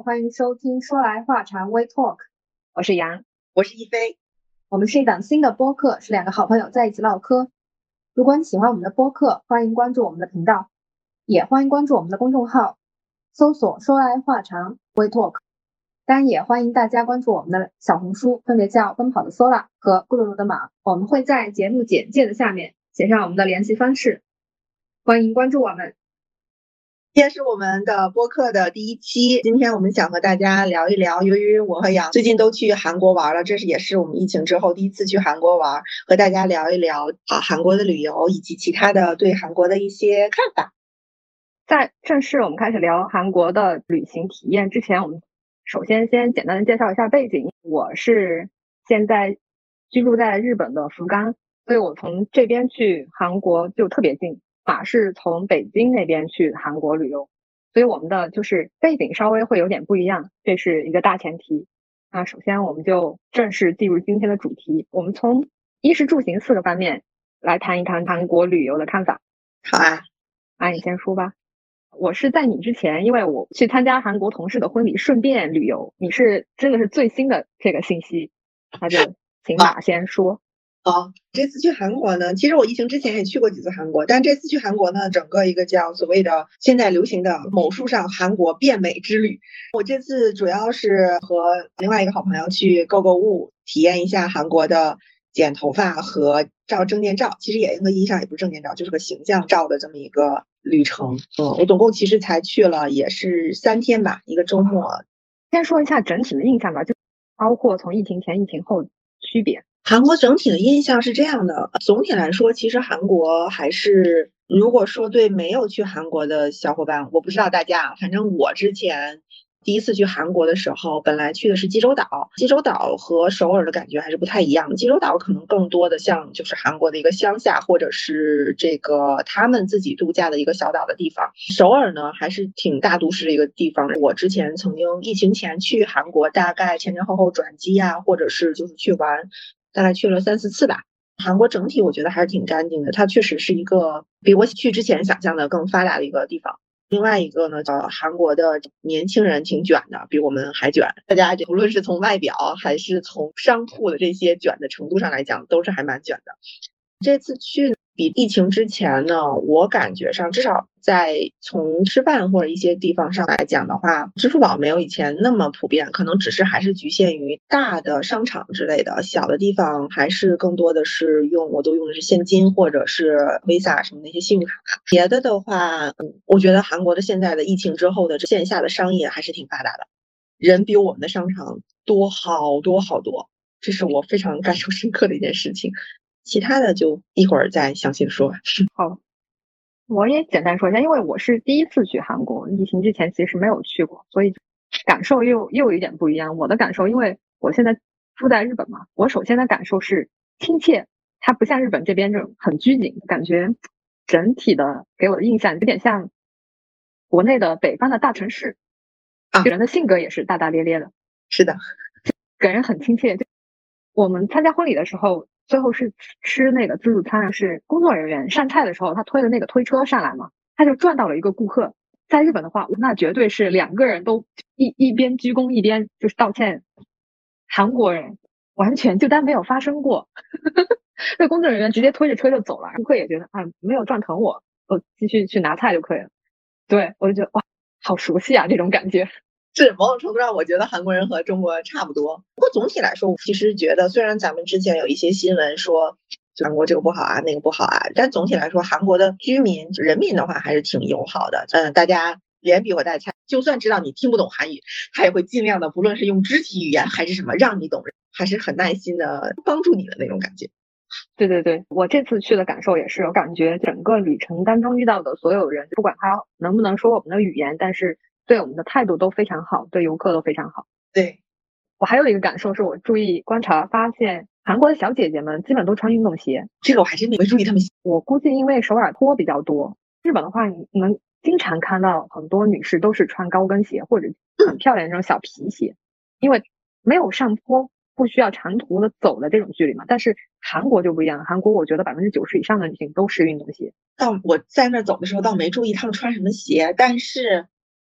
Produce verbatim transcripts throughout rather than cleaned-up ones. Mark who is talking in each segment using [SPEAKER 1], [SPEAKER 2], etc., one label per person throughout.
[SPEAKER 1] 好，欢迎收听说来话长 We Talk，
[SPEAKER 2] 我是杨，
[SPEAKER 3] 我是一菲。
[SPEAKER 1] 我们是一档新的播客，是两个好朋友在一起唠嗑。如果你喜欢我们的播客，欢迎关注我们的频道，也欢迎关注我们的公众号，搜索说来话长 We Talk。当然也欢迎大家关注我们的小红书，分别叫奔跑的 Sola 和咕噜噜的马。我们会在节目简介的下面写上我们的联系方式，欢迎关注我们。
[SPEAKER 3] 今天是我们的播客的第一期，今天我们想和大家聊一聊，由于我和杨最近都去韩国玩了，这是也是我们疫情之后第一次去韩国玩，和大家聊一聊啊韩国的旅游以及其他的对韩国的一些看法。
[SPEAKER 2] 在正式我们开始聊韩国的旅行体验之前，我们首先先简单的介绍一下背景。我是现在居住在日本的福冈，所以我从这边去韩国就特别近。马是从北京那边去韩国旅游，所以我们的就是背景稍微会有点不一样，这是一个大前提。那首先我们就正式进入今天的主题，我们从衣食住行四个方面来谈一谈韩国旅游的看法。
[SPEAKER 3] 好啊，
[SPEAKER 2] 啊，你先说吧。我是在你之前，因为我去参加韩国同事的婚礼，顺便旅游。你是真的是最新的这个信息，那就请马先说。
[SPEAKER 3] 哦，这次去韩国呢，其实我疫情之前也去过几次韩国，但这次去韩国呢，整个一个叫所谓的现在流行的某书上韩国变美之旅。我这次主要是和另外一个好朋友去购购物，体验一下韩国的剪头发和照证件照，其实也严格意义上也不是证件照，就是个形象照的这么一个旅程。嗯，我总共其实才去了也是三天吧，一个周末。
[SPEAKER 2] 先说一下整体的印象吧，就包括从疫情前、疫情后区别。
[SPEAKER 3] 韩国整体的印象是这样的，总体来说，其实韩国还是，如果说对没有去韩国的小伙伴，我不知道大家，反正我之前第一次去韩国的时候，本来去的是济州岛，济州岛和首尔的感觉还是不太一样，济州岛可能更多的像就是韩国的一个乡下，或者是这个他们自己度假的一个小岛的地方，首尔呢还是挺大都市的一个地方。我之前曾经疫情前去韩国，大概前前后后转机啊，或者是就是去玩，大概去了三四次吧。韩国整体我觉得还是挺干净的，它确实是一个比我去之前想象的更发达的一个地方。另外一个呢，呃，韩国的年轻人挺卷的，比我们还卷。大家无论是从外表还是从商铺的这些卷的程度上来讲，都是还蛮卷的。这次去比疫情之前呢，我感觉上至少在从吃饭或者一些地方上来讲的话，支付宝没有以前那么普遍，可能只是还是局限于大的商场之类的，小的地方还是更多的是用，我都用的是现金或者是 Visa 什么那些信用卡。别的的话，嗯，我觉得韩国的现在的疫情之后的线下的商业还是挺发达的，人比我们的商场多好多好多，这是我非常感受深刻的一件事情。其他的就一会儿再详细的说吧。
[SPEAKER 2] 好，我也简单说一下，因为我是第一次去韩国，疫情之前其实没有去过，所以感受又又有一点不一样。我的感受，因为我现在住在日本嘛，我首先的感受是亲切，它不像日本这边这种很拘谨，感觉整体的给我的印象有点像国内的北方的大城市，
[SPEAKER 3] 啊，
[SPEAKER 2] 人的性格也是大大咧咧的，
[SPEAKER 3] 是的，
[SPEAKER 2] 给人很亲切。就我们参加婚礼的时候，最后是吃那个自助餐，是工作人员上菜的时候，他推的那个推车上来嘛，他就赚到了一个顾客。在日本的话，那绝对是两个人都一一边鞠躬一边就是道歉。韩国人完全就当没有发生过，那工作人员直接推着车就走了，顾客也觉得啊没有撞疼我，我继续去拿菜就可以了。对，我就觉得哇，好熟悉啊这种感觉。
[SPEAKER 3] 是某种程度上，我觉得韩国人和中国差不多。不过总体来说，我其实觉得，虽然咱们之前有一些新闻说韩国这个不好啊，那个不好啊，但总体来说，韩国的居民人民的话还是挺友好的。嗯，大家连比划带猜，就算知道你听不懂韩语，他也会尽量的，不论是用肢体语言还是什么，让你懂，还是很耐心的帮助你的那种感觉。
[SPEAKER 2] 对对对，我这次去的感受也是，我感觉整个旅程当中遇到的所有人，不管他能不能说我们的语言，但是对我们的态度都非常好，对游客都非常好。
[SPEAKER 3] 对，
[SPEAKER 2] 我还有一个感受是我注意观察发现，韩国的小姐姐们基本都穿运动鞋，
[SPEAKER 3] 这个我还真没注意他们。
[SPEAKER 2] 我估计因为首尔坡比较多，日本的话你能经常看到很多女士都是穿高跟鞋或者很漂亮的那种小皮鞋，因为没有上坡，不需要长途的走的这种距离嘛。但是韩国就不一样，韩国我觉得百分之九十以上的女性都是运动鞋。
[SPEAKER 3] 倒我在那走的时候倒没注意他们穿什么鞋，但是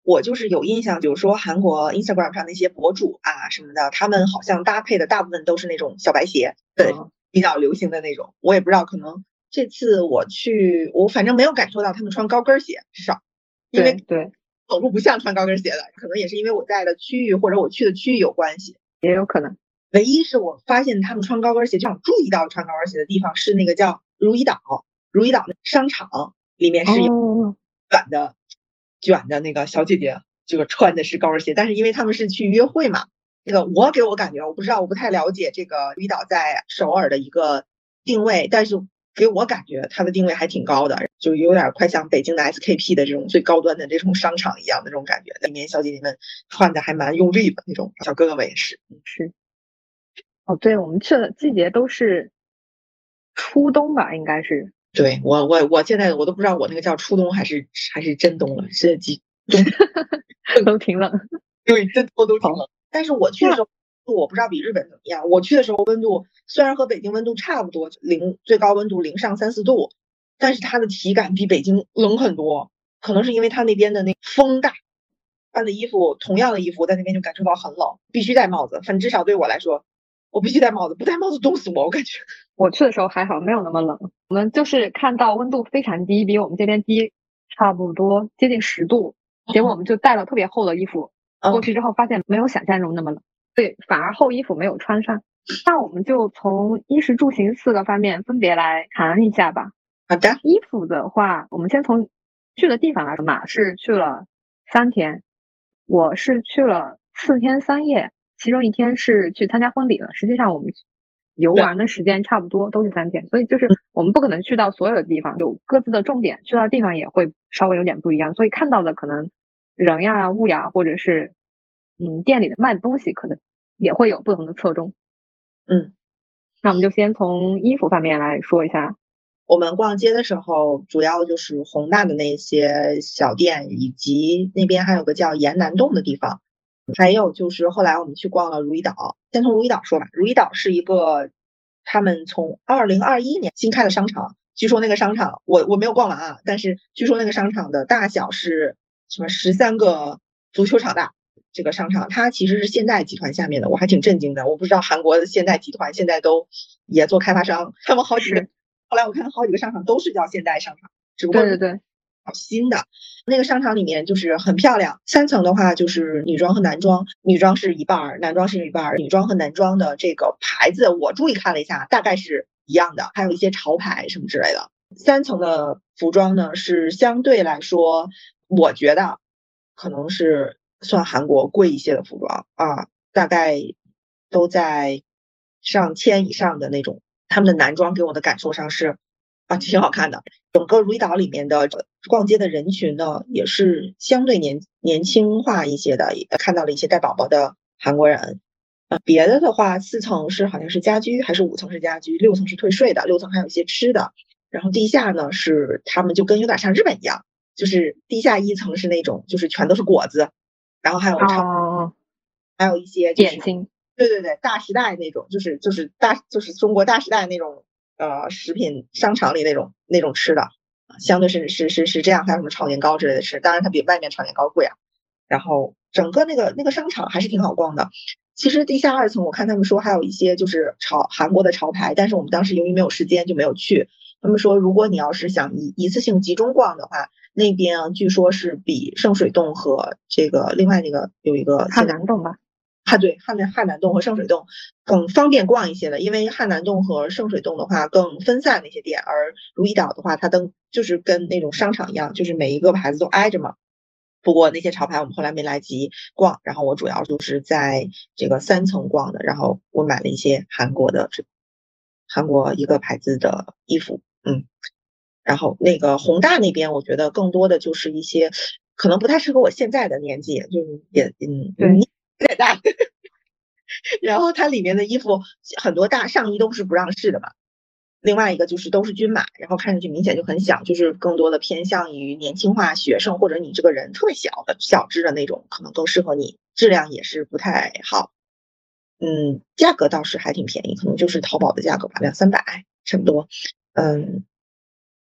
[SPEAKER 3] 我就是有印象，比如说韩国 Instagram 上那些博主啊什么的，他们好像搭配的大部分都是那种小白鞋，对，
[SPEAKER 2] 嗯
[SPEAKER 3] 比较流行的那种。我也不知道，可能这次我去，我反正没有感受到他们穿高跟鞋，至少因为
[SPEAKER 2] 对对，
[SPEAKER 3] 走路不像穿高跟鞋的，可能也是因为我在的区域或者我去的区域有关系。
[SPEAKER 2] 也有可能。
[SPEAKER 3] 唯一是我发现他们穿高跟鞋，这样注意到穿高跟鞋的地方是那个叫如意岛，如意岛的商场里面是有
[SPEAKER 2] 哦，
[SPEAKER 3] 卷的、卷的那个小姐姐，这个穿的是高跟鞋，但是因为他们是去约会嘛，这个我给我感觉，我不知道，我不太了解这个如意岛在首尔的一个定位，但是给我感觉它的定位还挺高的，就有点快像北京的 S K P 的这种最高端的这种商场一样的这种感觉，里面小姐姐们穿的还蛮用力的那种，小哥哥们也是。
[SPEAKER 2] 是。哦，对，我们去的季节都是初冬吧，应该是。
[SPEAKER 3] 对，我我我现在我都不知道我那个叫初冬还是还是真冬了，是几冬
[SPEAKER 2] 都挺冷。
[SPEAKER 3] 对，真冬都挺冷。但是我去的时候，我不知道比日本怎么样。我去的时候温度虽然和北京温度差不多，零最高温度零上三四度，但是它的体感比北京冷很多。可能是因为它那边的那风大，穿的衣服同样的衣服在那边就感受到很冷，必须戴帽子。反正至少对我来说，我必须戴帽子，不戴帽子冻死我，我感觉。
[SPEAKER 2] 我去的时候还好，没有那么冷。我们就是看到温度非常低，比我们这边低差不多接近十度，结果我们就带了特别厚的衣服
[SPEAKER 3] 嗯
[SPEAKER 2] 过去之后，发现没有想象中那么冷，对，反而厚衣服没有穿上。那我们就从衣食住行四个方面分别来谈一下吧。
[SPEAKER 3] 好的，
[SPEAKER 2] 衣服的话，我们先从去的地方来说嘛，是去了三天，我是去了四天三夜，其中一天是去参加婚礼了。实际上我们游玩的时间差不多都是三天，所以就是我们不可能去到所有的地方，有各自的重点，去到的地方也会稍微有点不一样，所以看到的可能人呀、物呀，或者是嗯店里的卖的东西，可能也会有不同的侧重。
[SPEAKER 3] 嗯。
[SPEAKER 2] 那我们就先从衣服方面来说一下。
[SPEAKER 3] 我们逛街的时候，主要就是宏大的那些小店，以及那边还有个叫延南洞的地方。还有就是后来我们去逛了如意岛。先从如意岛说吧，如意岛是一个他们从二零二一年新开的商场。据说那个商场，我我没有逛完啊，但是据说那个商场的大小是什么十三个足球场大。这个商场它其实是现代集团下面的，我还挺震惊的。我不知道韩国的现代集团现在都也做开发商，他们好几个。后来我看好几个商场都是叫现代商场，只不过
[SPEAKER 2] 对对对，
[SPEAKER 3] 好新的。那个商场里面就是很漂亮，三层的话就是女装和男装，女装是一半，男装是一半。女装和男装的这个牌子我注意看了一下，大概是一样的，还有一些潮牌什么之类的。三层的服装呢是相对来说，我觉得可能是算韩国贵一些的服装啊，大概都在上千以上的那种。他们的男装给我的感受上是啊挺好看的。整个如意岛里面的逛街的人群呢，也是相对年年轻化一些的，也看到了一些带宝宝的韩国人。呃，别的的话，四层是好像是家居，还是五层是家居，六层是退税的，六层还有一些吃的。然后地下呢是他们就跟有点像日本一样，就是地下一层是那种就是全都是果子，然后还有超、
[SPEAKER 2] 哦，
[SPEAKER 3] 还有一些就是
[SPEAKER 2] 点心。
[SPEAKER 3] 对对对，大时代那种，就是就是大就是中国大时代那种呃食品商场里那种那种吃的，相对是是是是这样，还有什么炒年糕之类的吃，当然它比外面炒年糕贵啊。然后整个那个那个商场还是挺好逛的。其实地下二层我看他们说还有一些就是潮韩国的潮牌，但是我们当时由于没有时间就没有去。他们说如果你要是想一一次性集中逛的话，那边据说是比圣水洞和这个另外那个有一个
[SPEAKER 2] 汉南洞吧。
[SPEAKER 3] 啊，对，汉南汉南洞和圣水洞更方便逛一些的，因为汉南洞和圣水洞的话更分散那些店，而如意岛的话，它都就是跟那种商场一样，就是每一个牌子都挨着嘛。不过那些潮牌我们后来没来及逛，然后我主要就是在这个三层逛的，然后我买了一些韩国的这韩国一个牌子的衣服，嗯，然后那个宏大那边，我觉得更多的就是一些可能不太适合我现在的年纪，就是也嗯
[SPEAKER 2] 对，
[SPEAKER 3] 有点大。然后它里面的衣服很多大上衣都是不让试的嘛，另外一个就是都是均码，然后看上去明显就很小，就是更多的偏向于年轻化学生，或者你这个人特别小的小只的那种，可能更适合你，质量也是不太好。嗯，价格倒是还挺便宜，可能就是淘宝的价格吧，两三百差不多。嗯，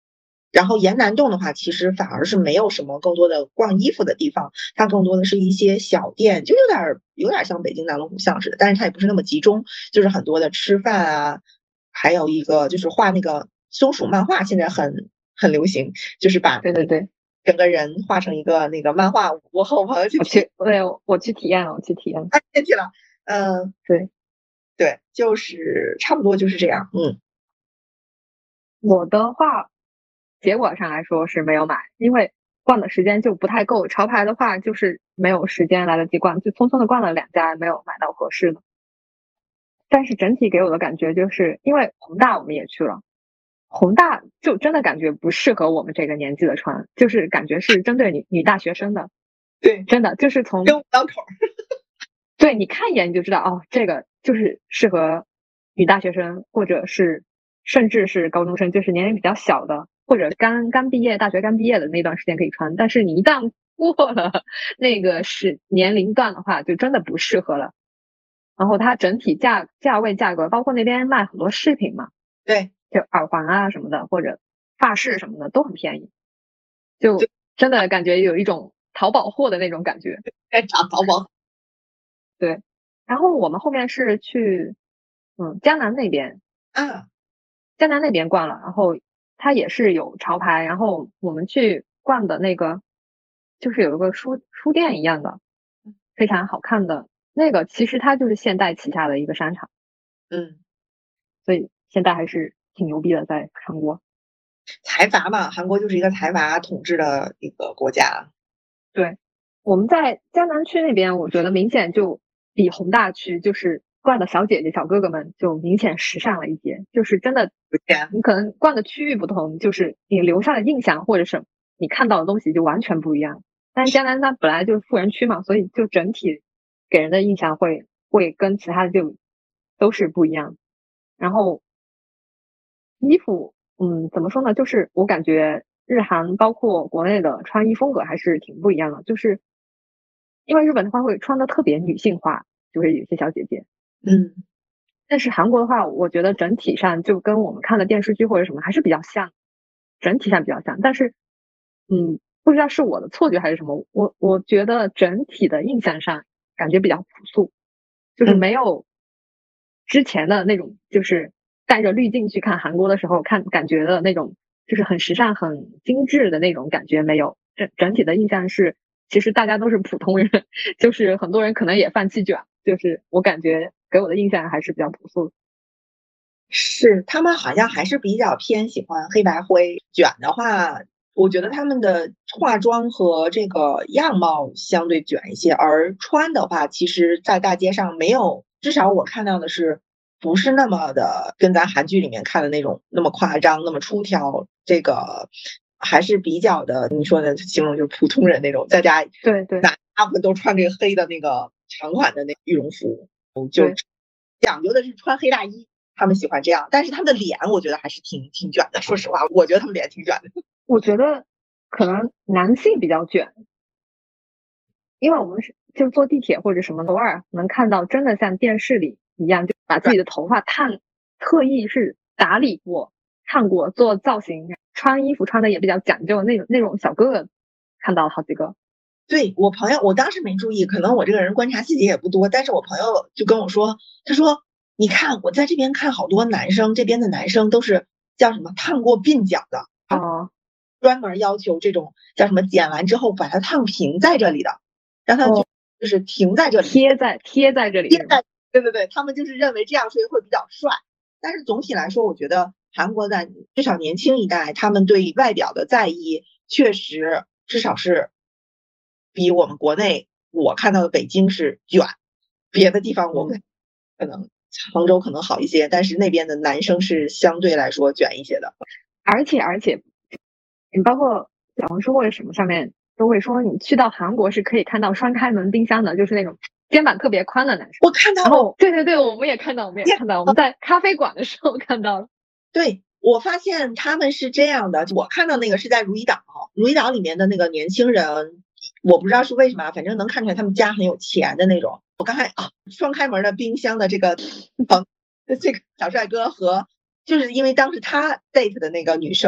[SPEAKER 3] 然后沿南洞的话，其实反而是没有什么更多的逛衣服的地方，它更多的是一些小店，就有点有点像北京南锣鼓巷似的，但是它也不是那么集中，就是很多的吃饭啊，还有一个就是画那个松鼠漫画，现在很很流行，就是把
[SPEAKER 2] 对对对，
[SPEAKER 3] 整个人画成一个那个漫画。我和我朋友去
[SPEAKER 2] 我去，对，我去体验了，我去体验了。
[SPEAKER 3] 哎进去了，嗯，
[SPEAKER 2] 对
[SPEAKER 3] 对，就是差不多就是这样，嗯。
[SPEAKER 2] 我的话，结果上来说是没有买，因为逛的时间就不太够。潮牌的话，就是没有时间来得及逛，就匆匆的逛了两家，没有买到合适的。但是整体给我的感觉就是，因为宏大我们也去了，宏大就真的感觉不适合我们这个年纪的穿，就是感觉是针对女女大学生的。
[SPEAKER 3] 对，
[SPEAKER 2] 真的就是从
[SPEAKER 3] 跟当口
[SPEAKER 2] 对你看一眼你就知道，哦，这个就是适合女大学生，或者是甚至是高中生，就是年龄比较小的，或者刚刚毕业、大学刚毕业的那段时间可以穿。但是你一旦过了那个是年龄段的话，就真的不适合了。然后它整体价价位价格，包括那边卖很多饰品嘛，
[SPEAKER 3] 对，
[SPEAKER 2] 就耳环啊什么的，或者发饰什么的都很便宜，就真的感觉有一种淘宝货的那种感觉。
[SPEAKER 3] 在找淘宝。
[SPEAKER 2] 对，然后我们后面是去嗯江南那边，
[SPEAKER 3] 啊，
[SPEAKER 2] 江南那边逛了，然后它也是有潮牌，然后我们去逛的那个就是有一个书书店一样的，非常好看的那个，其实它就是现代旗下的一个商场，
[SPEAKER 3] 嗯，
[SPEAKER 2] 所以现在还是挺牛逼的，在韩国。
[SPEAKER 3] 财阀嘛，韩国就是一个财阀统治的一个国家。
[SPEAKER 2] 对，我们在江南区那边，我觉得明显就比宏大区就是逛的小姐姐、小哥哥们就明显时尚了一些，就是真的，你可能逛的区域不同，就是你留下的印象或者是你看到的东西就完全不一样。但江南它本来就是富人区嘛，所以就整体给人的印象会会跟其他的就都是不一样。然后衣服，嗯，怎么说呢？就是我感觉日韩包括国内的穿衣风格还是挺不一样的，就是因为日本的话会穿的特别女性化，就是有些小姐姐，
[SPEAKER 3] 嗯，
[SPEAKER 2] 但是韩国的话，我觉得整体上就跟我们看的电视剧或者什么还是比较像，整体上比较像。但是，嗯，不知道是我的错觉还是什么，我我觉得整体的印象上感觉比较朴素，就是没有之前的那种，就是带着滤镜去看韩国的时候看感觉的那种，就是很时尚、很精致的那种感觉没有。整整体的印象是，其实大家都是普通人，就是很多人可能也犯气卷，就是我感觉给我的印象还是比较朴素的。
[SPEAKER 3] 是他们好像还是比较偏喜欢黑白灰。卷的话，我觉得他们的化妆和这个样貌相对卷一些，而穿的话，其实在大街上没有，至少我看到的是不是那么的跟咱韩剧里面看的那种那么夸张、那么出挑。这个还是比较的，你说的形容就是普通人那种，在家
[SPEAKER 2] 对对，
[SPEAKER 3] 大部分都穿这个黑的那个长款的那羽绒服，就
[SPEAKER 2] 对
[SPEAKER 3] 讲究的是穿黑大衣。他们喜欢这样，但是他们的脸我觉得还是挺挺卷的。说实话，我觉得他们脸挺卷的。
[SPEAKER 2] 我觉得可能男性比较卷，因为我们是就坐地铁或者什么，偶尔能看到真的像电视里一样，就把自己的头发烫，特意是打理过、烫过，做造型，穿衣服穿的也比较讲究那种那种小哥哥，看到了好几个。
[SPEAKER 3] 对，我朋友，我当时没注意，可能我这个人观察细节也不多，但是我朋友就跟我说，他说你看我在这边看好多男生，这边的男生都是叫什么烫过鬓角的，
[SPEAKER 2] 哦，
[SPEAKER 3] 专门要求这种叫什么剪完之后把它烫平在这里的，让它就就是停在这里，
[SPEAKER 2] 贴在贴在这里，
[SPEAKER 3] 贴在，对对对，他们就是认为这样所以会比较帅。但是总体来说，我觉得韩国的至少年轻一代，他们对外表的在意确实至少是比我们国内我看到的北京是卷，别的地方我们可能杭州可能好一些，但是那边的男生是相对来说卷一些的。
[SPEAKER 2] 而且而且，你包括小红书或者什么上面都会说，你去到韩国是可以看到双开门冰箱的，就是那种肩膀特别宽的男生。
[SPEAKER 3] 我看到了，
[SPEAKER 2] 然后对对对，我们也看到，我们也看到，我们在咖啡馆的时候看到了。
[SPEAKER 3] 对，我发现他们是这样的，我看到那个是在如意岛，如意岛里面的那个年轻人，我不知道是为什么，反正能看出来他们家很有钱的那种。我刚才啊，双开门的冰箱的这个朋，这个小帅哥和，就是因为当时他 date 的那个女生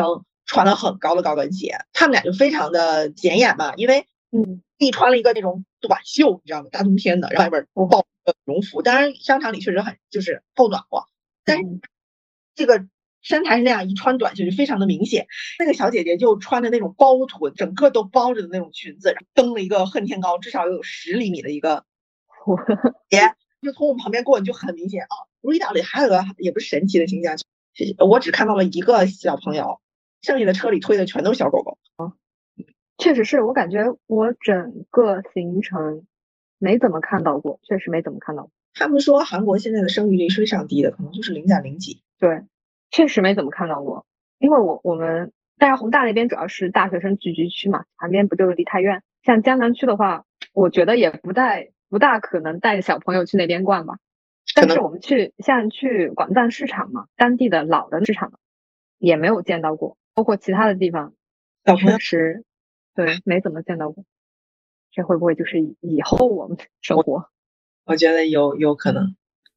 [SPEAKER 3] 穿了很高的高跟鞋，他们俩就非常的显眼嘛，因为
[SPEAKER 2] 嗯，
[SPEAKER 3] 你穿了一个那种短袖，你知道吗？大冬天的，然后外边抱羽绒服，当然商场里确实很就是够暖和，但是这个身材是那样，一穿短袖就非常的明显。那个小姐姐就穿的那种包臀，整个都包着的那种裙子，蹬了一个恨天高，至少有十厘米的一个鞋，就从我们旁边过，你就很明显啊。路易岛里还有个也不是神奇的形象，我只看到了一个小朋友，剩下的车里推的全都是小狗狗。
[SPEAKER 2] 确实是我感觉我整个行程没怎么看到过，确实没怎么看到过。
[SPEAKER 3] 他们说韩国现在的生育率是非常低的，可能就是零点零几。
[SPEAKER 2] 对，确实没怎么看到过，因为我我们大宏大那边主要是大学生聚集区嘛，旁边不就离太远。像江南区的话，我觉得也不带不大可能带小朋友去那边逛吧。但是我们去像去广藏市场嘛，当地的老的市场也没有见到过，包括其他的地方，确实对没怎么见到过。这会不会就是以后我们生活？
[SPEAKER 3] 我觉得有有可能。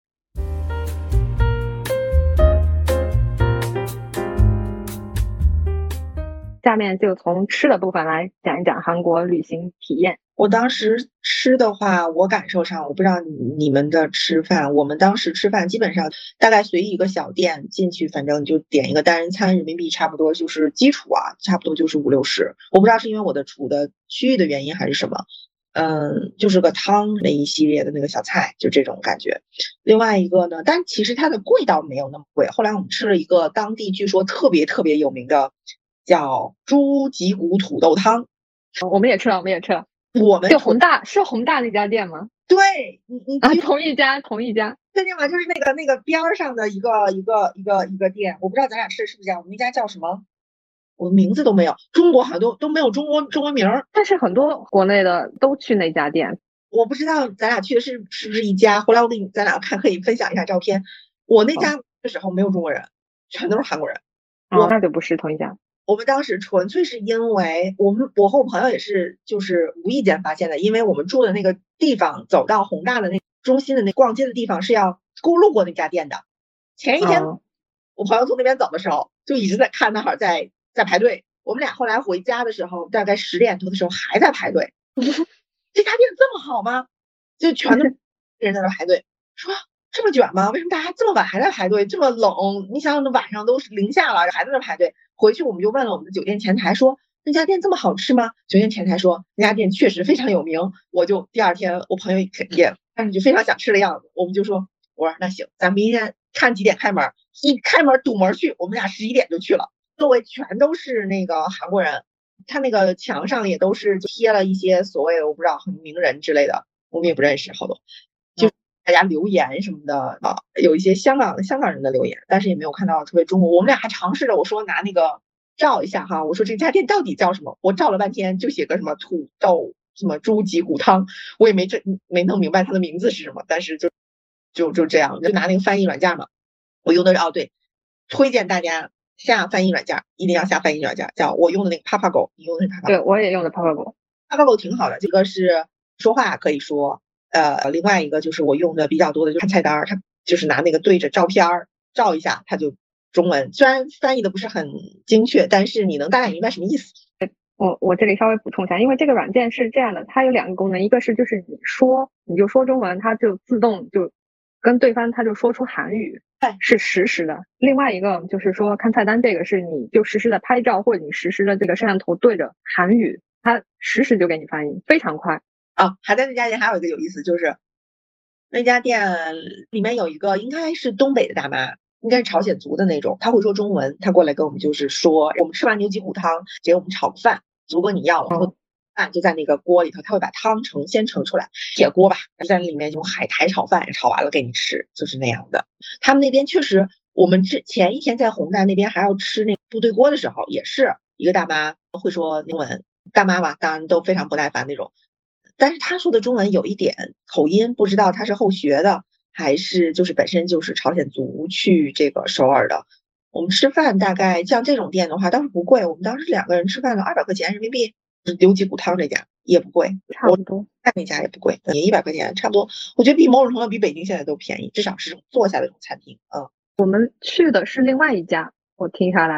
[SPEAKER 2] 下面就从吃的部分来讲一讲韩国旅行体验。
[SPEAKER 3] 我当时吃的话，我感受上，我不知道你们的吃饭，我们当时吃饭基本上大概随意一个小店进去，反正就点一个单人餐，人民币差不多就是基础啊，差不多就是五六十。我不知道是因为我的处的区域的原因还是什么，嗯，就是个汤那一系列的那个小菜，就这种感觉。另外一个呢，但其实它的贵倒没有那么贵。后来我们吃了一个当地据说特别特别有名的，叫猪脊骨土豆汤。
[SPEAKER 2] 我们也吃了，我们也吃了。
[SPEAKER 3] 我们
[SPEAKER 2] 就宏大是宏大那家店吗？
[SPEAKER 3] 对，你你
[SPEAKER 2] 啊，同一家同一家，
[SPEAKER 3] 确定吗？就是那个那个边儿上的一个一个一个一个店，我不知道咱俩吃的是不是这样。我们那家叫什么？我名字都没有，中国好像都都没有中国中文名儿。
[SPEAKER 2] 但是很多国内的都去那家店，
[SPEAKER 3] 我不知道咱俩去的是是不是一家。回来我给你咱俩看，可以分享一下照片。我那家的时候没有中国人，全都是韩国人。
[SPEAKER 2] 哦，那就不是同一家。
[SPEAKER 3] 我们当时纯粹是因为我们我和我朋友也是就是无意间发现的，因为我们住的那个地方走到宏大的那中心的那逛街的地方是要路过那家店的。前一天、哦、我朋友从那边走的时候就一直在看那会儿在在排队，我们俩后来回家的时候大概十点多的时候还在排队。我就说这家店这么好吗？就全都人在那排队，说这么卷吗？为什么大家这么晚还在排队？这么冷，你想想晚上都是零下了还在那排队。回去我们就问了我们的酒店前台说那家店这么好吃吗？酒店前台说那家店确实非常有名。我就第二天我朋友也看上去非常想吃的样子，我们就说我说那行咱明天看几点开门，一开门堵门去，我们俩十一点就去了。周围全都是那个韩国人，他那个墙上也都是贴了一些所谓的我不知道很名人之类的，我们也不认识好多，就大家留言什么的啊，有一些香港香港人的留言，但是也没有看到特别中国。我们俩还尝试着我说拿那个照一下哈，我说这家店到底叫什么？我照了半天就写个什么土豆什么猪脊骨汤，我也没这没弄明白它的名字是什么，但是就就就这样，就拿那个翻译软件嘛，我用的是哦对，推荐大家下翻译软件，一定要下翻译软件，叫我用的那个 Papago， 你用的是 Papago？
[SPEAKER 2] 对，我也用的 Papago。Papago
[SPEAKER 3] 挺好的，这个是说话可以说。呃，另外一个就是我用的比较多的就是看菜单，它就是拿那个对着照片照一下，它就中文，虽然翻译的不是很精确，但是你能大概明白什么意思。
[SPEAKER 2] 我我这里稍微补充一下，因为这个软件是这样的，它有两个功能，一个是就是你说你就说中文，它就自动就跟对方它就说出韩语，是实时的。另外一个就是说看菜单，这个是你就实时的拍照，或者你实时的这个摄像头对着韩语，它实时就给你翻译，非常快。
[SPEAKER 3] 啊，还在那家店还有一个有意思，就是那家店里面有一个应该是东北的大妈，应该是朝鲜族的那种，她会说中文，她过来跟我们就是说，我们吃完牛脊骨汤给我们炒个饭，如果你要，然后饭就在那个锅里头，他会把汤盛先盛出来，铁锅吧，在里面用海苔炒饭，炒完了给你吃，就是那样的。他们那边确实，我们之前一天在宏大那边还要吃那个部队锅的时候，也是一个大妈会说英文，大妈吧，当然都非常不耐烦那种。但是他说的中文有一点口音，不知道他是后学的还是就是本身就是朝鲜族去这个首尔的。我们吃饭大概像这种店的话倒是不贵，我们当时两个人吃饭了二百块钱人民币，牛脊骨汤这家也不贵，
[SPEAKER 2] 差不多。
[SPEAKER 3] 看那家也不贵，也一百块钱差不多。我觉得比某种程度比北京现在都便宜，至少是坐下的这种餐厅。嗯，
[SPEAKER 2] 我们去的是另外一家，我听下来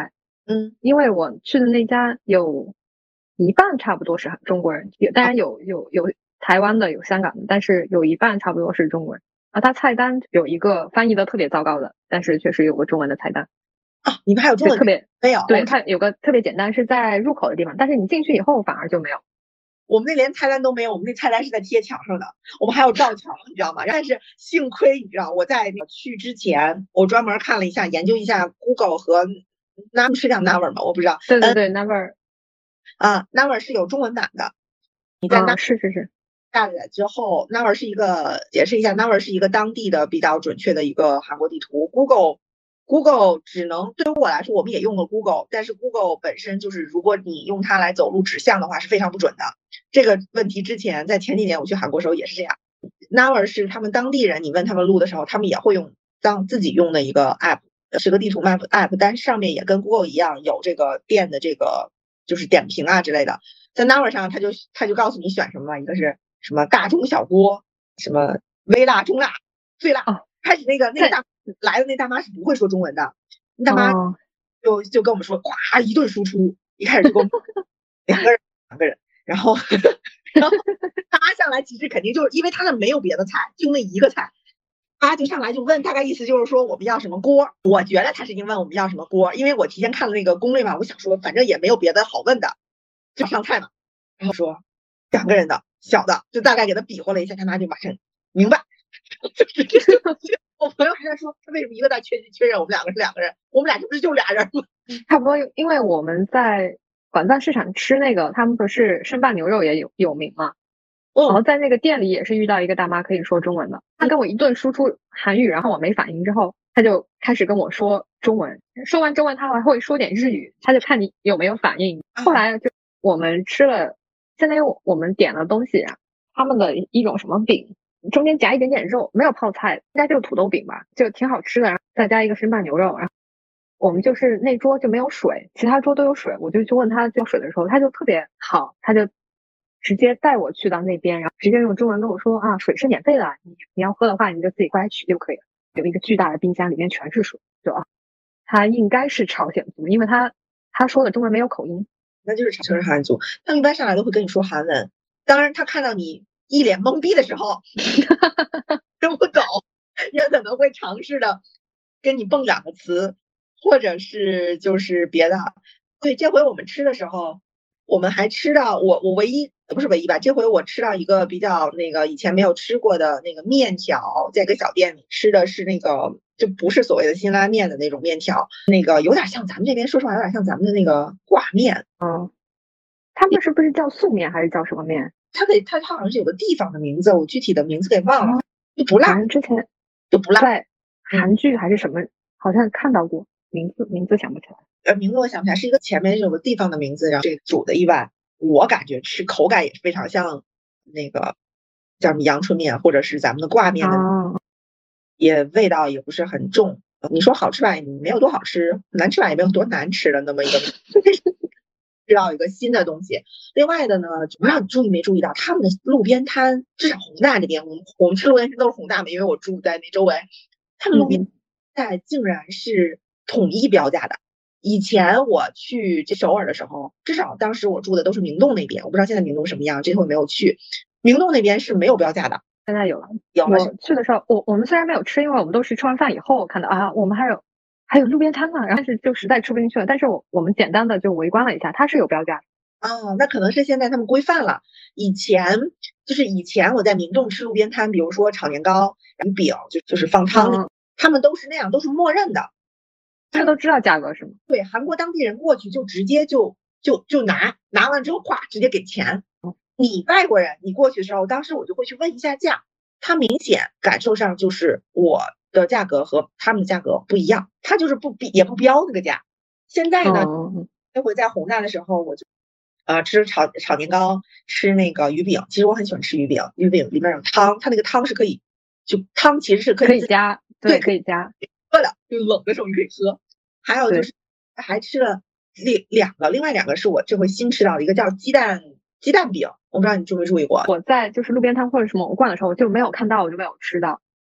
[SPEAKER 3] 嗯，
[SPEAKER 2] 因为我去的那家有一半差不多是中国人，也当然有有有台湾的，有香港的，但是有一半差不多是中国人。啊，它菜单有一个翻译的特别糟糕的，但是确实有个中文的菜单。
[SPEAKER 3] 啊，你们还有中文？
[SPEAKER 2] 特别
[SPEAKER 3] 没有，
[SPEAKER 2] 对，它有个特别简单，是在入口的地方，但是你进去以后反而就没有。
[SPEAKER 3] 我们那连菜单都没有，我们那菜单是在贴墙上的，我们还有照条，你知道吗？但是幸亏你知道，我在去之前，我专门看了一下，研究一下 Google 和 Naver 是叫 Naver 吗？我不知道。
[SPEAKER 2] 对对对 ，Naver
[SPEAKER 3] 啊 ，Naver 是有中文版的。你在 Naver
[SPEAKER 2] 是是是
[SPEAKER 3] 下载之后 ，Naver 是一个解释一下 ，Naver 是一个当地的比较准确的一个韩国地图。Google Google 只能对于我来说，我们也用了 Google， 但是 Google 本身就是，如果你用它来走路指向的话，是非常不准的。这个问题之前在前几年我去韩国的时候也是这样。Naver 是他们当地人，你问他们路的时候，他们也会用当自己用的一个 app， 是个地图 map app， 但是上面也跟 Google 一样有这个店的这个就是点评啊之类的。在 Naver 上，他就他就告诉你选什么，一个是什么大中小锅，什么微辣中辣最辣。
[SPEAKER 2] 哦，
[SPEAKER 3] 开始那个那个大来的那大妈是不会说中文的，那大妈就就跟我们说，咵一顿输出，一开始就跟我们两个人两个人，然后然后大妈上来其实肯定就是因为他那没有别的菜，就那一个菜，他就上来就问，大概意思就是说我们要什么锅。我觉得他是因为问我们要什么锅，因为我提前看了那个攻略嘛，我想说反正也没有别的好问的，就上菜嘛。然后说两个人的小的，就大概给他比划了一下，他妈就马上明白。我朋友还在说他为什么一个在确确认我们两个是两个人，我们俩这不是就俩人吗？
[SPEAKER 2] 差不多，因为我们在广赞市场吃那个，他们不是生拌牛肉也有有名嘛。然后在那个店里也是遇到一个大妈可以说中文的，她跟我一顿输出韩语，然后我没反应之后，她就开始跟我说中文，说完中文她还会说点日语，她就看你有没有反应。后来就我们吃了，现在我们点了东西啊，他们的一种什么饼，中间夹一点点肉，没有泡菜，应该就是土豆饼吧，就挺好吃的，然后再加一个生拌牛肉。然后我们就是那桌就没有水，其他桌都有水，我就去问他要水的时候，他就特别好，他就直接带我去到那边，然后直接用中文跟我说啊，水是免费的，你你要喝的话你就自己过来取就可以了。有一个巨大的冰箱，里面全是水，就啊，他应该是朝鲜族，因为他他说的中文没有口音，
[SPEAKER 3] 那就是朝鲜韩族。他们一般上来都会跟你说韩文，当然他看到你一脸懵逼的时候，听不懂，也可能会尝试的跟你蹦两个词，或者是就是别的。对，这回我们吃的时候，我们还吃到我我唯一不是唯一吧，这回我吃到一个比较那个以前没有吃过的那个面条，在一个小店里吃的是那个就不是所谓的辛拉面的那种面条，那个有点像咱们这边，说实话有点像咱们的那个挂面。
[SPEAKER 2] 嗯，他们是不是叫素面还是叫什么面？
[SPEAKER 3] 它得它它好像是有个地方的名字，我具体的名字给忘了，就不辣。
[SPEAKER 2] 之前
[SPEAKER 3] 就不辣，
[SPEAKER 2] 在韩剧还是什么，嗯、好像看到过，名字名字想不起来。
[SPEAKER 3] 呃，名字我想不起来，是一个前面有个地方的名字，然后这个煮的一碗，我感觉吃口感也非常像那个叫什么阳春面，或者是咱们的挂面的，
[SPEAKER 2] 哦、
[SPEAKER 3] 也味道也不是很重。你说好吃吧，也没有多好吃；难吃吧，也没有多难吃的那么一个。知道一个新的东西。另外的呢，不知道你注意没注意到，他们的路边摊，至少宏大这边，我们我们吃路边摊都是宏大嘛，因为我住在那周围，他们路边摊竟然是统一标价的。以前我去这首尔的时候，至少当时我住的都是明洞那边，我不知道现在明洞什么样，这回没有去。明洞那边是没有标价的，
[SPEAKER 2] 现在有了。
[SPEAKER 3] 有了。
[SPEAKER 2] 我去的时候，我我们虽然没有吃，因为我们都是吃完饭以后看到啊，我们还有还有路边摊呢，然后是就实在吃不进去了。但是我我们简单的就围观了一下，它是有标价的。
[SPEAKER 3] 哦，那可能是现在他们规范了。以前就是以前我在明洞吃路边摊，比如说炒年糕、鱼饼，就就是放汤的，嗯、他们都是那样，都是默认的。
[SPEAKER 2] 他都知道价格是吗？
[SPEAKER 3] 对，韩国当地人过去就直接就就就拿，拿完之后咵直接给钱。你外国人你过去的时候，当时我就会去问一下价，他明显感受上就是我的价格和他们的价格不一样，他就是不比也不标那个价。现在呢，这回在宏大的时候，我就啊、呃、吃炒炒年糕，吃那个鱼饼。其实我很喜欢吃鱼饼，鱼饼里面有汤，它那个汤是可以，就汤其实是可以
[SPEAKER 2] 可以加，对，可以加。
[SPEAKER 3] 喝的，就冷的时候你可以喝。还有就是还吃了两两个，另外两个是我这回新吃到的，一个叫鸡蛋鸡蛋饼，我不知道你注没注意过。
[SPEAKER 2] 我在就是路边摊或者什么我逛的时候，我就没有看到，我就没有吃到。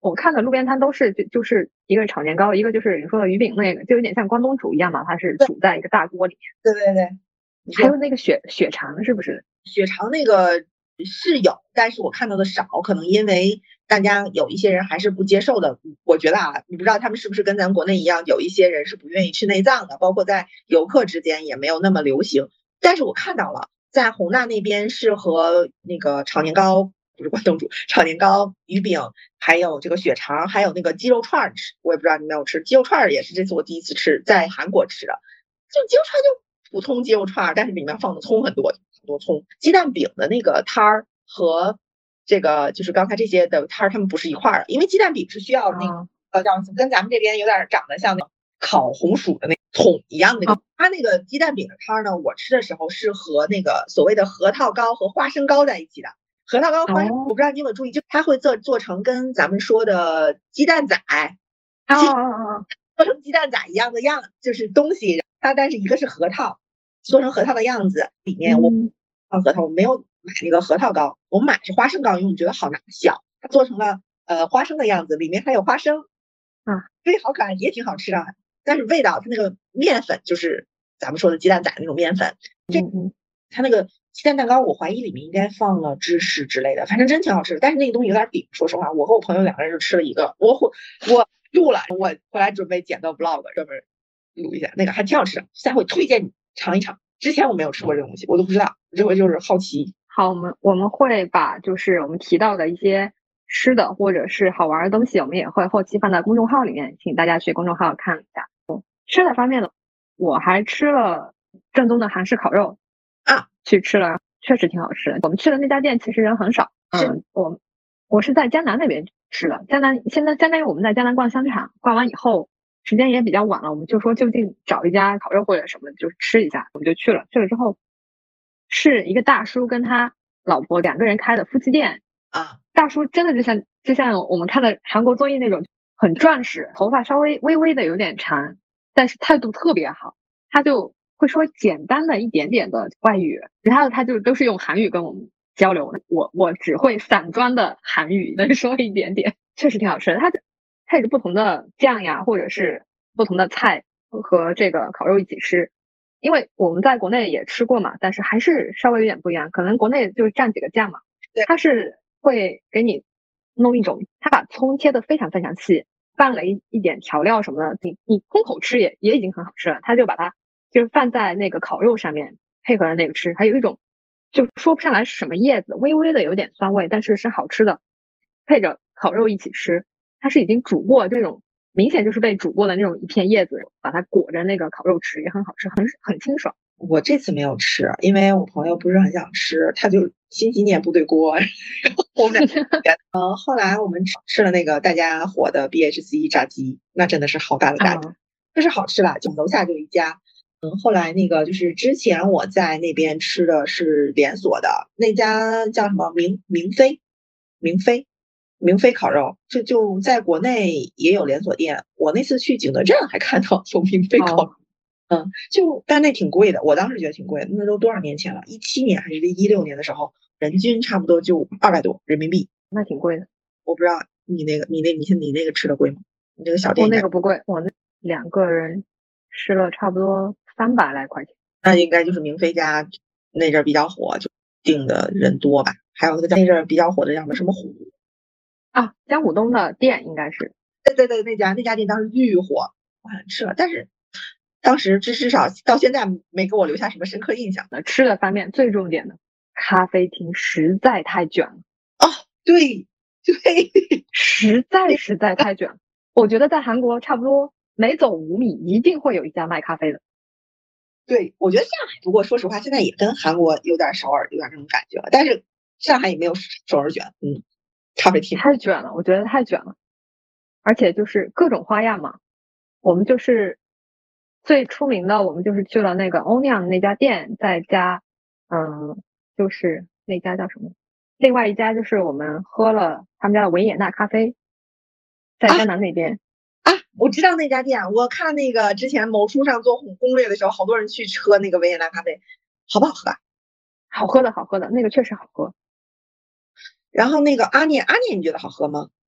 [SPEAKER 2] 我看的路边摊都是就就是一个炒年糕，一个就是你说的鱼饼，那个就有点像关东煮一样嘛，它是煮在一个大锅里面。
[SPEAKER 3] 对对对，
[SPEAKER 2] 还有那个血血肠是不是？
[SPEAKER 3] 血肠那个是有，但是我看到的少，可能因为大家有一些人还是不接受的。我觉得啊，你不知道他们是不是跟咱国内一样，有一些人是不愿意吃内脏的，包括在游客之间也没有那么流行。但是我看到了，在宏大那边是和那个炒年糕。不是关东煮，炒年糕、鱼饼，还有这个血肠，还有那个鸡肉串吃，我也不知道你没有吃。鸡肉串也是这次我第一次吃，在韩国吃的。就鸡肉串就普通鸡肉串，但是里面放的葱很多很多葱。鸡蛋饼的那个摊儿和这个就是刚才这些的摊儿，他们不是一块儿的，因为鸡蛋饼是需要那个呃叫跟咱们这边有点长得像那烤红薯的那桶一样的那个。它那个鸡蛋饼的摊儿呢，我吃的时候是和那个所谓的核桃糕和花生糕在一起的。核桃糕花生，我不知道你有没有注意，就它会做做成跟咱们说的鸡蛋仔，
[SPEAKER 2] 哦哦哦，
[SPEAKER 3] 做成鸡蛋仔一样的样，就是东西。它但是一个是核桃，做成核桃的样子，里面我放核桃，我没有买那个核桃糕，我买是花生糕，因为我觉得好拿小，它做成了呃花生的样子，里面还有花生，
[SPEAKER 2] 啊，
[SPEAKER 3] 对，好可爱，也挺好吃的。但是味道，它那个面粉就是咱们说的鸡蛋仔那种面粉，这它那个鸡蛋蛋糕，我怀疑里面应该放了芝士之类的，反正真挺好吃的。但是那个东西有点饼，说实话，我和我朋友两个人就吃了一个，我我录了，我回来准备剪到 vlog 专门录一下，那个还挺好吃的，下回推荐你尝一尝。之前我没有吃过这个东西，我都不知道，这回就是好奇。
[SPEAKER 2] 好，我们我们会把就是我们提到的一些吃的或者是好玩的东西，我们也会后期放在公众号里面，请大家去公众号看一下。吃的方面呢，我还吃了正宗的韩式烤肉
[SPEAKER 3] 啊，
[SPEAKER 2] 去吃了，确实挺好吃的。我们去的那家店其实人很少，嗯，我我是在江南那边吃的。江南现在相当于我们在江南逛商场，逛完以后时间也比较晚了，我们就说就近找一家烤肉或者什么，就是吃一下，我们就去了。去了之后，是一个大叔跟他老婆两个人开的夫妻店
[SPEAKER 3] 啊。
[SPEAKER 2] 大叔真的就像就像我们看的韩国综艺那种，很壮实，头发稍微微微的有点长，但是态度特别好。他就会说简单的一点点的外语，其他的他就都是用韩语跟我们交流的。我我只会散装的韩语，能说一点点，确实挺好吃的。它配着不同的酱呀，或者是不同的菜和这个烤肉一起吃。因为我们在国内也吃过嘛，但是还是稍微有点不一样。可能国内就是蘸几个酱嘛，它是会给你弄一种，它把葱切得非常非常细，拌了一一点调料什么的，你你空口吃也也已经很好吃了。它就把它就是放在那个烤肉上面，配合着那个吃，还有一种就说不上来是什么叶子，微微的有点酸味，但是是好吃的，配着烤肉一起吃。它是已经煮过这种。明显就是被煮过的那种一片叶子，把它裹着那个烤肉吃，也很好吃，很很清爽。
[SPEAKER 3] 我这次没有吃，因为我朋友不是很想吃，他就心心念部队锅。我们俩，嗯，后来我们吃了那个大家火的 B H C 炸鸡，那真的是好大的炸鸡，这、嗯、是好吃了。就楼下就一家，嗯，后来那个就是之前我在那边吃的是连锁的，那家叫什么明明飞，明飞。明飞烤肉，这就在国内也有连锁店。我那次去景德镇还看到有明飞烤肉，哦、嗯，就但那挺贵的，我当时觉得挺贵的，那都多少年前了？一七年还是一六年的时候，人均差不多就二百多人民币，
[SPEAKER 2] 那挺贵的。
[SPEAKER 3] 我不知道你那个你那你你那个吃的贵吗？你那个小店？
[SPEAKER 2] 我那个不贵，我那两个人吃了差不多三百来块钱。
[SPEAKER 3] 那应该就是明飞家那阵比较火，就订的人多吧？还有那个那阵比较火的叫什么什么虎。
[SPEAKER 2] 啊，江浦东的店应该是，
[SPEAKER 3] 对对对，那家那家店当时巨火，我好像吃了，但是当时至至少到现在没给我留下什么深刻印象。
[SPEAKER 2] 吃的方面最重点的，咖啡厅实在太卷了。
[SPEAKER 3] 哦，对对，
[SPEAKER 2] 实在实在太卷了。我觉得在韩国差不多每走五米一定会有一家卖咖啡的。
[SPEAKER 3] 对，我觉得上海不过说实话现在也跟韩国有点首尔有点这种感觉了，但是上海也没有首尔卷，嗯。咖啡厅
[SPEAKER 2] 太卷了，我觉得太卷了，而且就是各种花样嘛。我们就是最出名的，我们就是去了那个欧酿那家店，再加嗯，就是那家叫什么？另外一家就是我们喝了他们家的维也纳咖啡，在江南那边。
[SPEAKER 3] 啊，啊我知道那家店，我看那个之前某书上做攻略的时候，好多人去喝那个维也纳咖啡，好不好喝啊？
[SPEAKER 2] 好喝的，好喝的，那个确实好喝。
[SPEAKER 3] 然后那个阿涅阿涅，你觉得好喝吗？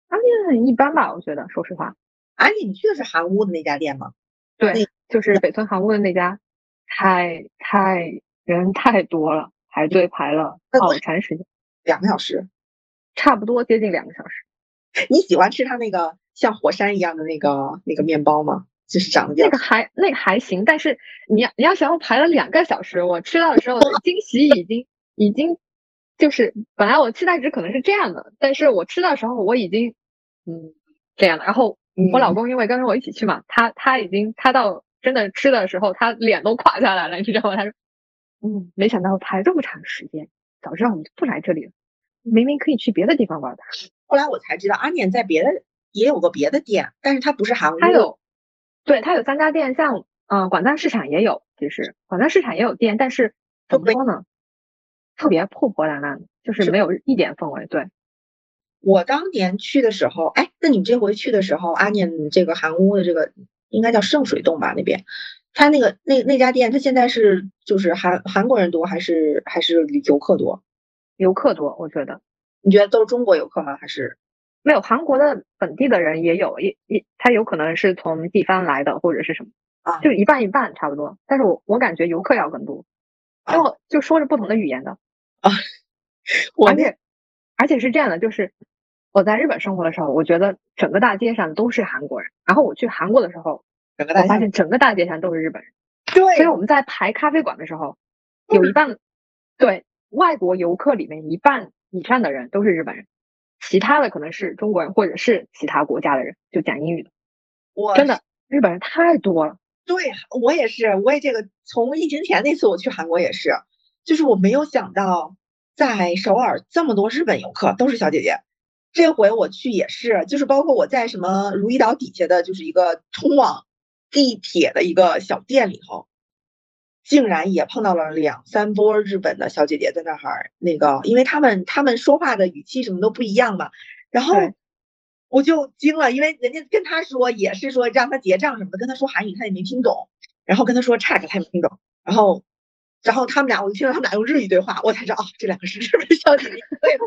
[SPEAKER 2] 阿念一般吧，我觉得，说实话。
[SPEAKER 3] 阿念，你去的是韩屋的那家店吗？
[SPEAKER 2] 对，就是北村韩屋的那家，太太人太多了，排队排了好长时间，
[SPEAKER 3] 两个小时，
[SPEAKER 2] 差不多接近两个小时。
[SPEAKER 3] 你喜欢吃它那个像火山一样的那个那个面包吗？就是长得比较
[SPEAKER 2] 那个还那个还行，但是你要你要想我排了两个小时，我吃到的时候惊喜已经已经就是本来我期待值可能是这样的，但是我吃到的时候我已经嗯这样的。然后我老公因为跟着我一起去嘛，他他已经他到真的吃的时候，他脸都垮下来了，你知道吗？他说嗯，没想到排这么长时间，早知道我们就不来这里了，明明可以去别的地方玩的。
[SPEAKER 3] 后来我才知道，阿念在别的也有个别的店，但是它不是韩屋。
[SPEAKER 2] 他有，对，他有三家店，像呃广赞市场也有，其实广赞市场也有店，但是怎么说呢，特别破破烂烂的，就是没有一点氛围。对，
[SPEAKER 3] 我当年去的时候，哎，那你这回去的时候，阿念这个韩屋的这个应该叫圣水洞吧？那边，他那个那那家店，他现在是就是韩韩国人多还是还是游客多？
[SPEAKER 2] 游客多，我觉得。
[SPEAKER 3] 你觉得都是中国游客吗？还是
[SPEAKER 2] 没有韩国的本地的人也有，也也他有可能是从地方来的或者是什么，
[SPEAKER 3] 啊，
[SPEAKER 2] 就一半一半差不多。但是我我感觉游客要更多，因为就说着不同的语言的
[SPEAKER 3] 啊，我
[SPEAKER 2] 而且而且是这样的，就是我在日本生活的时候，我觉得整个大街上都是韩国人。然后我去韩国的时候，
[SPEAKER 3] 整个大
[SPEAKER 2] 我发现整个大街上都是日本人。
[SPEAKER 3] 对，
[SPEAKER 2] 所以我们在排咖啡馆的时候，有一半对外国游客里面一半以上的人都是日本人，其他的可能是中国人或者是其他国家的人，就讲英语的。
[SPEAKER 3] 我
[SPEAKER 2] 真的日本人太多了。
[SPEAKER 3] 对我也是，我也这个从疫情前那次我去韩国也是，就是我没有想到在首尔这么多日本游客都是小姐姐。这回我去也是，就是包括我在什么如意岛底下的就是一个通往地铁的一个小店里头，竟然也碰到了两三波日本的小姐姐在那儿，那个因为他们他们说话的语气什么都不一样嘛，然后我就惊了，因为人家跟他说也是说让他结账什么的，跟他说韩语他也没听懂，然后跟他说 check 他也没听懂，然后然后他们俩我就听到他们俩用日语对话，我才知道哦，这两个是日本小姐姐。对，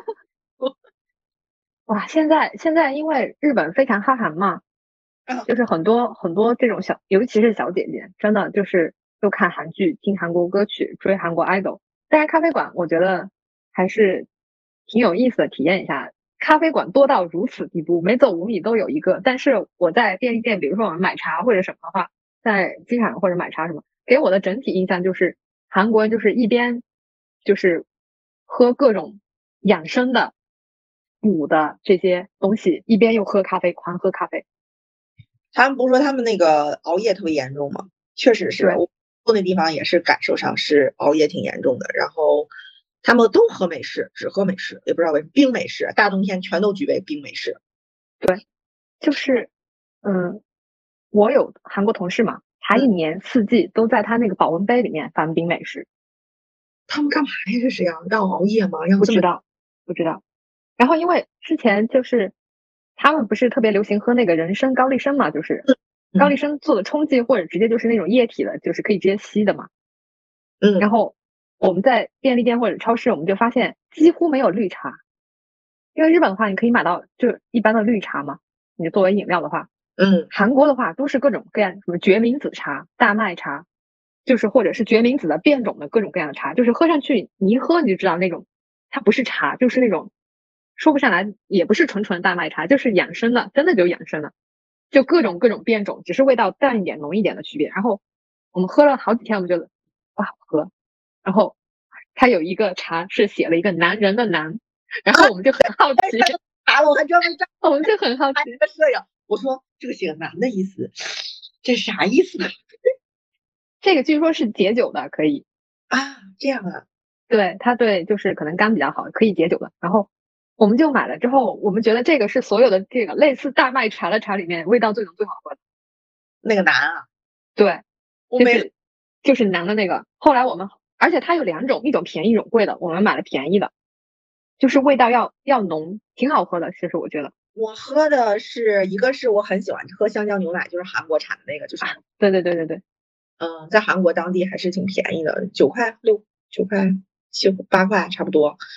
[SPEAKER 2] 哇，现在现在因为日本非常哈韩嘛，就是很多很多这种小，尤其是小姐姐，真的就是就看韩剧、听韩国歌曲、追韩国 idol。当然，咖啡馆我觉得还是挺有意思的，体验一下。咖啡馆多到如此地步，每走五米都有一个。但是我在便利店，比如说我们买茶或者什么的话，在机场或者买茶什么，给我的整体印象就是韩国人就是一边就是喝各种养生的补的这些东西，一边又喝咖啡，狂喝咖啡。
[SPEAKER 3] 他们不是说他们那个熬夜特别严重吗？确实是，我住那地方也是感受上是熬夜挺严重的。然后他们都喝美式，只喝美式，也不知道为什么冰美式，大冬天全都举杯冰美式。
[SPEAKER 2] 对，就是嗯，我有韩国同事嘛，他一年四季都在他那个保温杯里面放冰美式。
[SPEAKER 3] 他们干嘛呀？这是要让熬夜吗？让
[SPEAKER 2] 不知道，不知道。然后因为之前就是他们不是特别流行喝那个人参高丽参嘛，就是高丽参做的冲剂或者直接就是那种液体的，就是可以直接吸的嘛。
[SPEAKER 3] 嗯。
[SPEAKER 2] 然后我们在便利店或者超市，我们就发现几乎没有绿茶，因为日本的话你可以买到就一般的绿茶嘛，你作为饮料的话，
[SPEAKER 3] 嗯，
[SPEAKER 2] 韩国的话都是各种各样什么决明子茶、大麦茶，就是或者是决明子的变种的各种各样的茶，就是喝上去你一喝你就知道那种它不是茶，就是那种说不上来，也不是纯纯大麦茶，就是养生的，真的就养生的，就各种各种变种，只是味道淡一点、浓一点的区别。然后我们喝了好几天，我们觉得不好喝。然后它有一个茶是写了一个男人的男，然后我们就很好奇，
[SPEAKER 3] 啊，我还专门
[SPEAKER 2] 我们就很好奇，
[SPEAKER 3] 个摄影，我说这个写个男的意思，这是啥意思？
[SPEAKER 2] 这个据说是解酒的，可以
[SPEAKER 3] 啊，这样啊，
[SPEAKER 2] 对，它对就是可能肝比较好，可以解酒的。然后我们就买了之后，我们觉得这个是所有的这个类似大麦茶的茶里面味道最浓最好喝的。
[SPEAKER 3] 那个男啊，
[SPEAKER 2] 对，
[SPEAKER 3] 我没
[SPEAKER 2] 就是就是男的那个。后来我们，而且它有两种，一种便宜一种贵的，我们买了便宜的，就是味道要要浓，挺好喝的。其实我觉得
[SPEAKER 3] 我喝的是一个是我很喜欢喝香蕉牛奶，就是韩国产的那个，就是、
[SPEAKER 2] 啊、对对对对对，
[SPEAKER 3] 嗯，在韩国当地还是挺便宜的，九块六九块七八块差不多。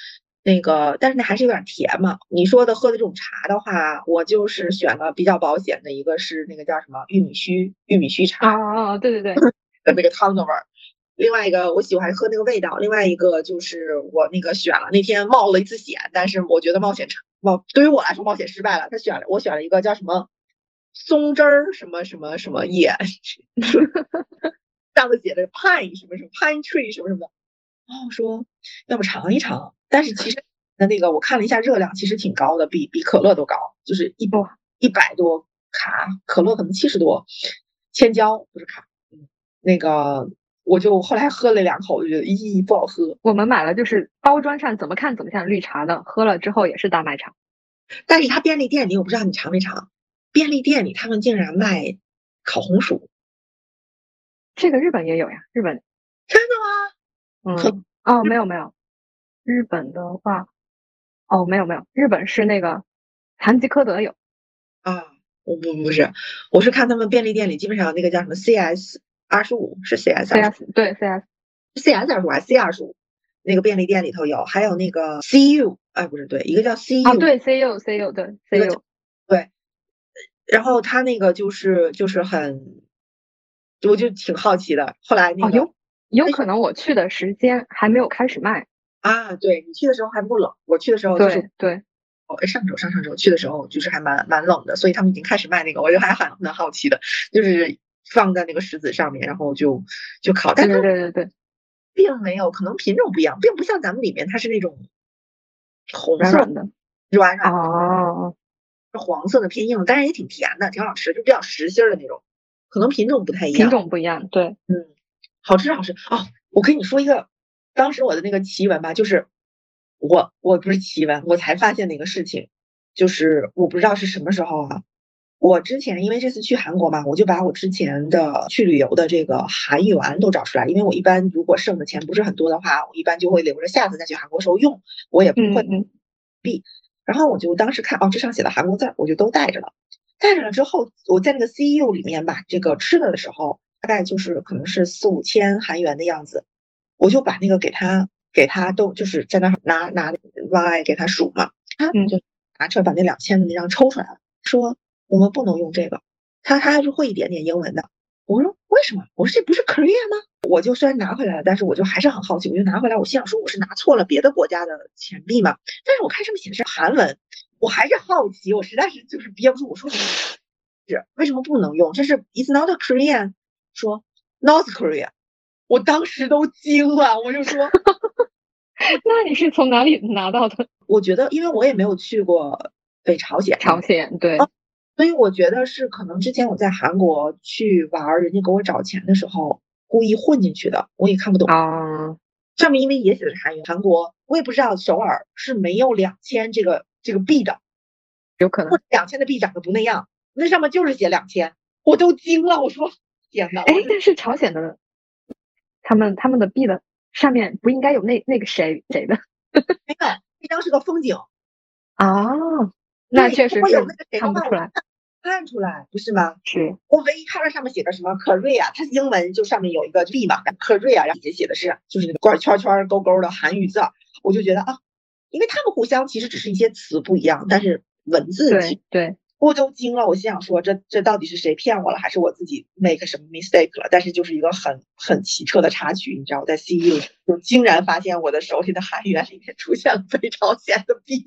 [SPEAKER 3] 那个，但是那还是有点甜嘛。你说的喝的这种茶的话，我就是选了比较保险的，一个是那个叫什么玉米须玉米须茶
[SPEAKER 2] 啊，对对对，
[SPEAKER 3] 的那个汤的味儿。另外一个我喜欢喝那个味道，另外一个就是我那个选了那天冒了一次险，但是我觉得冒险成冒对于我来说冒险失败了。他选了我选了一个叫什么松枝儿什么什么什么叶，上面写的 pine 什么什么 pine tree 什么什么的。然后我说要不尝一尝，但是其实的那个我看了一下热量，其实挺高的，比比可乐都高，就是一
[SPEAKER 2] 哇
[SPEAKER 3] 一百多卡，可乐可能七十多，千焦不是卡，嗯，那个我就后来喝了两口，我就觉得咦不好喝。
[SPEAKER 2] 我们买了就是包装上怎么看怎么像绿茶的，喝了之后也是大麦茶。
[SPEAKER 3] 但是它便利店里我不知道你尝没尝，便利店里他们竟然卖烤红薯。
[SPEAKER 2] 这个日本也有呀，日本
[SPEAKER 3] 真的
[SPEAKER 2] 吗？嗯，哦，没有没有，日本的话，哦，没有没有，日本是那个韩吉诃德有
[SPEAKER 3] 啊，我不不是，我是看他们便利店里基本上那个叫什么 C S 二十五是 C S 二十五
[SPEAKER 2] C S 对 C S
[SPEAKER 3] C S 二十五还是 C 二十五，那个便利店里头有，还有那个 C U， 哎不是对，一个叫 C U
[SPEAKER 2] 啊，对 C U C U 对 C U
[SPEAKER 3] 对，然后他那个就是就是很，我就挺好奇的。后来那
[SPEAKER 2] 哦，
[SPEAKER 3] 个
[SPEAKER 2] 有有可能我去的时间还没有开始卖。
[SPEAKER 3] 啊，对你去的时候还不冷，我去的时候就是
[SPEAKER 2] 对对，
[SPEAKER 3] 哦，哎上周上上周去的时候就是还蛮蛮冷的，所以他们已经开始卖那个，我就还很蛮好奇的，就是放在那个石子上面，然后就就烤，但
[SPEAKER 2] 对
[SPEAKER 3] 它
[SPEAKER 2] 对对对对，
[SPEAKER 3] 并没有，可能品种不一样，并不像咱们里面它是那种红色
[SPEAKER 2] 软软的。
[SPEAKER 3] 软软的，
[SPEAKER 2] 哦，
[SPEAKER 3] 是黄色的偏硬，但是也挺甜的，挺好吃，就比较实心儿的那种，可能品种不太一
[SPEAKER 2] 品
[SPEAKER 3] 样。
[SPEAKER 2] 种不一样，对，
[SPEAKER 3] 嗯，好吃好吃哦！我跟你说一个，当时我的那个奇闻吧，就是我我不是奇闻，我才发现的一个事情，就是我不知道是什么时候啊。我之前因为这次去韩国嘛，我就把我之前的去旅游的这个韩元都找出来，因为我一般如果剩的钱不是很多的话，我一般就会留着下次再去韩国时候用，我也不会
[SPEAKER 2] 嗯嗯，
[SPEAKER 3] 币。然后我就当时看哦，这上写的韩国字儿，我就都带着了。带着了之后，我在那个 C U 里面把这个吃的的时候，大概就是可能是四五千韩元的样子，我就把那个给他给他都就是在那拿拿往外给他数嘛，他就拿出来把那两千的那张抽出来了，说我们不能用这个，他他还是会一点点英文的。我说为什么？我说这不是 Korea 吗？我就虽然拿回来了，但是我就还是很好奇，我就拿回来，我心想说我是拿错了别的国家的钱币嘛，但是我看上面写的是韩文，我还是好奇，我实在是就是憋不住，我说是为什么不能用？这是 It's not a Korean， 说 North Korea， 我当时都惊了，我就说，
[SPEAKER 2] 那你是从哪里拿到的？
[SPEAKER 3] 我觉得因为我也没有去过北朝鲜嘛，
[SPEAKER 2] 朝鲜，对，
[SPEAKER 3] 哦，所以我觉得是可能之前我在韩国去玩，人家给我找钱的时候故意混进去的，我也看不懂。
[SPEAKER 2] 啊，
[SPEAKER 3] 上面因为也写的是韩元，韩国我也不知道首尔是没有两千这个这个币的，
[SPEAKER 2] 有可能。
[SPEAKER 3] 或者两千的币长得不那样，那上面就是写两千，我都惊了，我说天哪！
[SPEAKER 2] 哎，但是朝鲜的他们他们的币的上面不应该有那那个谁谁的
[SPEAKER 3] 没有，那张是个风景
[SPEAKER 2] 啊？那
[SPEAKER 3] 对，
[SPEAKER 2] 确实是
[SPEAKER 3] 如果有那个谁的话，
[SPEAKER 2] 看不出来，
[SPEAKER 3] 看出来不是吗？
[SPEAKER 2] 是
[SPEAKER 3] 我唯一看到上面写的什么 Korea，它英文就上面有一个币嘛 ，Korea，然后底下写的是就是那个关圈圈勾勾的韩语字，我就觉得啊，因为他们互相其实只是一些词不一样，但是文字
[SPEAKER 2] 对对，
[SPEAKER 3] 我都惊了，我心想说这这到底是谁骗我了，还是我自己 make 什么 mistake 了？但是就是一个很很奇特的插曲，你知道，我在 C U 就竟然发现我的手里的韩元里面出现了北朝鲜的币。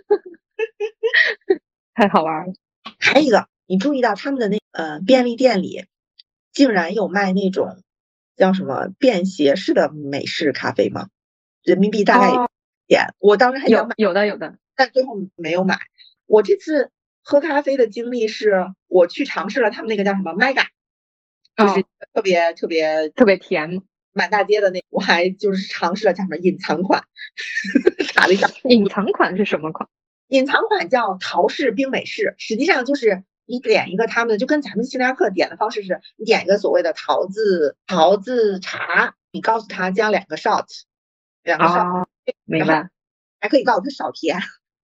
[SPEAKER 2] 太好玩了。
[SPEAKER 3] 还有一个，你注意到他们的那呃便利店里竟然有卖那种叫什么便携式的美式咖啡吗？人民币大概
[SPEAKER 2] 哦，
[SPEAKER 3] 点，我当时还想
[SPEAKER 2] 有
[SPEAKER 3] 买，
[SPEAKER 2] 有的有的，
[SPEAKER 3] 但最后没有买。我这次喝咖啡的经历是，我去尝试了他们那个叫什么 Mega，就是
[SPEAKER 2] 哦，
[SPEAKER 3] 特别特别
[SPEAKER 2] 特别甜。
[SPEAKER 3] 满大街的那，我还就是尝试了叫什么隐藏款，查了一下，
[SPEAKER 2] 隐藏款是什么款？
[SPEAKER 3] 隐藏款叫桃式冰美式，实际上就是你点一个他们的，就跟咱们星巴克点的方式是，你点一个所谓的桃子桃子茶，你告诉他加两个 shot， 两个 shot，、
[SPEAKER 2] 哦，明白。
[SPEAKER 3] 还可以告诉他少甜，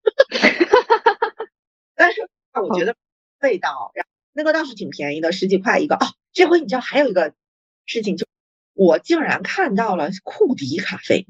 [SPEAKER 3] 但是我觉得味道，然后那个倒是挺便宜的，十几块一个。哦，这回你知道还有一个事情，就我竟然看到了库迪咖啡。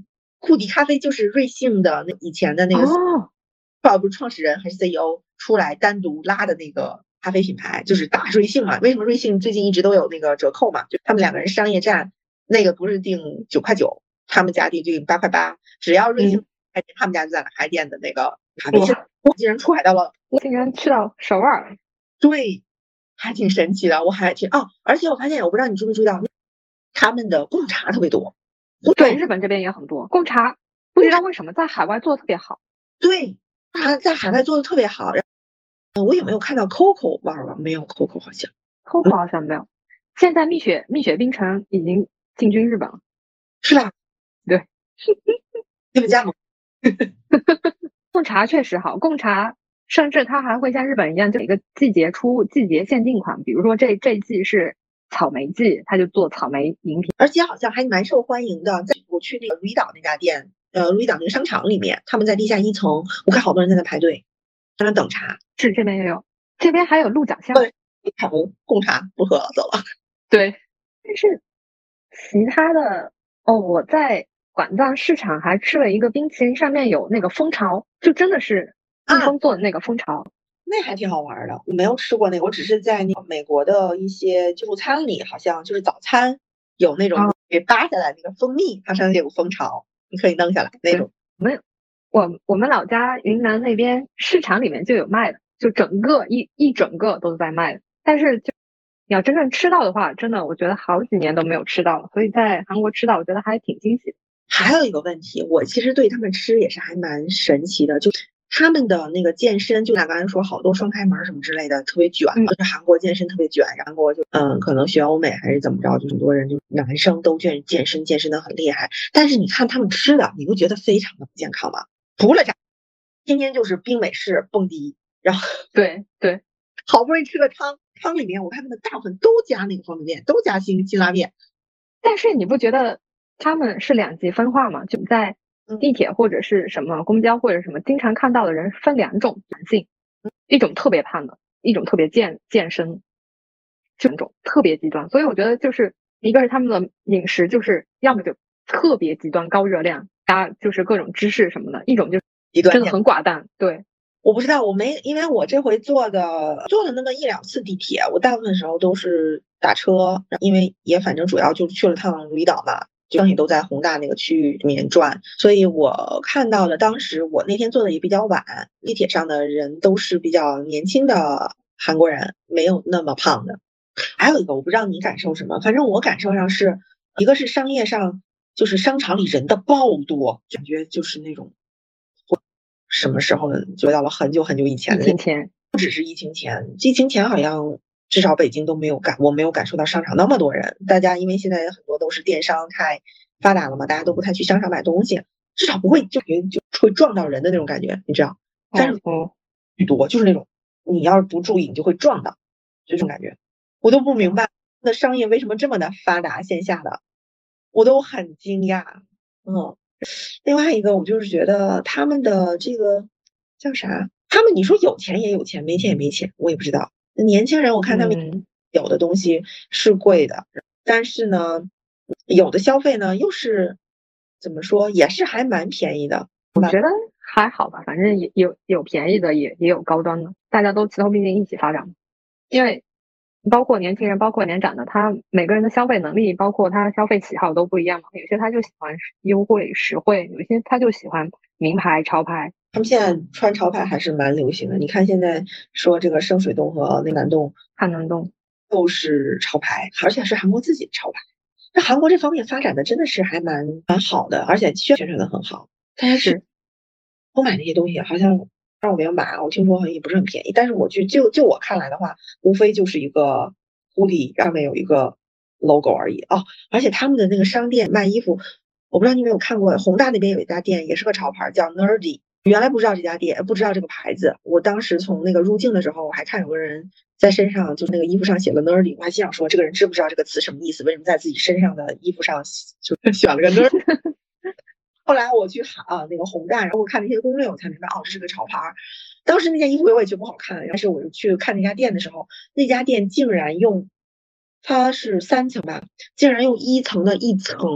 [SPEAKER 3] 库迪咖啡就是瑞幸的那以前的那个，
[SPEAKER 2] 哦，
[SPEAKER 3] 不是创始人还是 C E O 出来单独拉的那个咖啡品牌，就是打瑞幸嘛。为什么瑞幸最近一直都有那个折扣嘛？就他们两个人商业战，那个不是定九块九，他们家定定八块八，只要瑞幸开店，他们家就在那开店的那个咖啡，我竟然出海到了，
[SPEAKER 2] 我竟然去到首尔，
[SPEAKER 3] 对，还挺神奇的。我还挺哦，而且我发现，我不知道你注没注意到，他们的贡茶特别多。
[SPEAKER 2] 对，日本这边也很多贡茶，不知道为什么在海外做的特别好。
[SPEAKER 3] 对，他在海外做的特别好。我有没有看到 Coco 忘了？没有 Coco 好像
[SPEAKER 2] Coco 好像没有。现在蜜雪蜜雪冰城已经进军日本了，
[SPEAKER 3] 是吧？
[SPEAKER 2] 对，
[SPEAKER 3] 你们加盟。
[SPEAKER 2] 贡茶确实好，贡茶甚至它还会像日本一样，就一个季节出季节限定款，比如说这这一季是草莓季，它就做草莓饮品，
[SPEAKER 3] 而且好像还蛮受欢迎的。在我去那个如意岛那家店，呃，如意岛那个商场里面，他们在地下一层，我看好多人在那排队，在那等茶。
[SPEAKER 2] 是这边也有，这边还有鹿角巷。
[SPEAKER 3] 对，彩虹贡茶不喝了，走了。
[SPEAKER 2] 对，但是其他的哦，我在馆藏市场还吃了一个冰淇淋，上面有那个蜂巢，就真的是蜜蜂做的那个蜂巢。啊，
[SPEAKER 3] 那还挺好玩的，我没有吃过那个，我只是在那个美国的一些自助餐里，好像就是早餐有那种给扒下来那个蜂蜜，它上面有蜂巢，你可以弄下来那种。
[SPEAKER 2] 我们我我们老家云南那边市场里面就有卖的，就整个一一整个都在卖的，但是就你要真正吃到的话，真的我觉得好几年都没有吃到了，所以在韩国吃到，我觉得还挺惊喜的。
[SPEAKER 3] 还有一个问题，我其实对他们吃也是还蛮神奇的，就他们的那个健身，就像刚才说好多双开门什么之类的，特别卷，
[SPEAKER 2] 嗯、
[SPEAKER 3] 就是韩国健身特别卷，韩国就嗯，可能学欧美还是怎么着，就很多人就男生都健健身，健身的很厉害，但是你看他们吃的，你不觉得非常的不健康吗？除了炸，天天就是冰美式蹦迪，然后
[SPEAKER 2] 对对，
[SPEAKER 3] 好不容易吃个汤，汤里面我看他们大部分都加那个方便面，都加辛辛拉面，
[SPEAKER 2] 但是你不觉得他们是两极分化吗？就在地铁或者是什么公交或者什么，经常看到的人分两种男性，一种特别胖的，一种特别健健身，这种特别极端。所以我觉得就是一个是他们的饮食就是要么就特别极端高热量，加就是各种芝士什么的，一种就真的很寡淡。对，
[SPEAKER 3] 我不知道，我没，因为我这回坐的坐了那么一两次地铁，我大部分时候都是打车，因为也反正主要就去了趟如意岛嘛，就也都在宏大那个区域里面转，所以我看到的当时我那天坐的也比较晚，地铁上的人都是比较年轻的韩国人，没有那么胖的。还有一个我不知道你感受什么，反正我感受上是一个是商业上，就是商场里人的爆多，感觉就是那种什么时候呢？就到了很久很久以前的，
[SPEAKER 2] 疫情前，
[SPEAKER 3] 不只是疫情前，疫情前好像至少北京都没有感，我没有感受到商场那么多人。大家因为现在很多都是电商太发达了嘛，大家都不太去商场买东西，至少不会就就会撞到人的那种感觉，你知道？但是巨多，就是那种你要是不注意，你就会撞到这种感觉。我都不明白那商业为什么这么的发达，线下的我都很惊讶。嗯，另外一个我就是觉得他们的这个叫啥？他们你说有钱也有钱，没钱也没钱，我也不知道。年轻人我看他们有的东西是贵的，嗯、但是呢，有的消费呢又是怎么说，也是还蛮便宜的。
[SPEAKER 2] 我觉得还好吧，反正也有有便宜的，也也有高端的，大家都齐头并进一起发展。因为包括年轻人，包括年长的，他每个人的消费能力，包括他消费喜好都不一样嘛。有些他就喜欢优惠实惠，有些他就喜欢名牌潮牌。
[SPEAKER 3] 他们现在穿潮牌还是蛮流行的。你看现在说这个圣水洞和那南洞、
[SPEAKER 2] 汉南洞
[SPEAKER 3] 都是潮牌，而且是韩国自己的潮牌。那韩国这方面发展的真的是还蛮蛮好的，而且宣传的很好。大家是我买那些东西，好像让我没有买，我听说好像也不是很便宜。但是我就就就我看来的话，无非就是一个hoodie上面有一个 logo 而已哦。而且他们的那个商店卖衣服，我不知道你有没有看过，宏大那边有一家店也是个潮牌，叫 Nerdy。原来不知道这家店，不知道这个牌子。我当时从那个入境的时候，我还看有个人在身上，就是那个衣服上写了 Nerdy，我还心想说，这个人知不知道这个词什么意思？为什么在自己身上的衣服上就选了个 Nerdy？ 后来我去啊那个宏大，然后我看那些攻略，我才明白哦，这是个潮牌。当时那件衣服我也觉得不好看，但是我去看那家店的时候，那家店竟然用，它是三层吧，竟然用一层的一层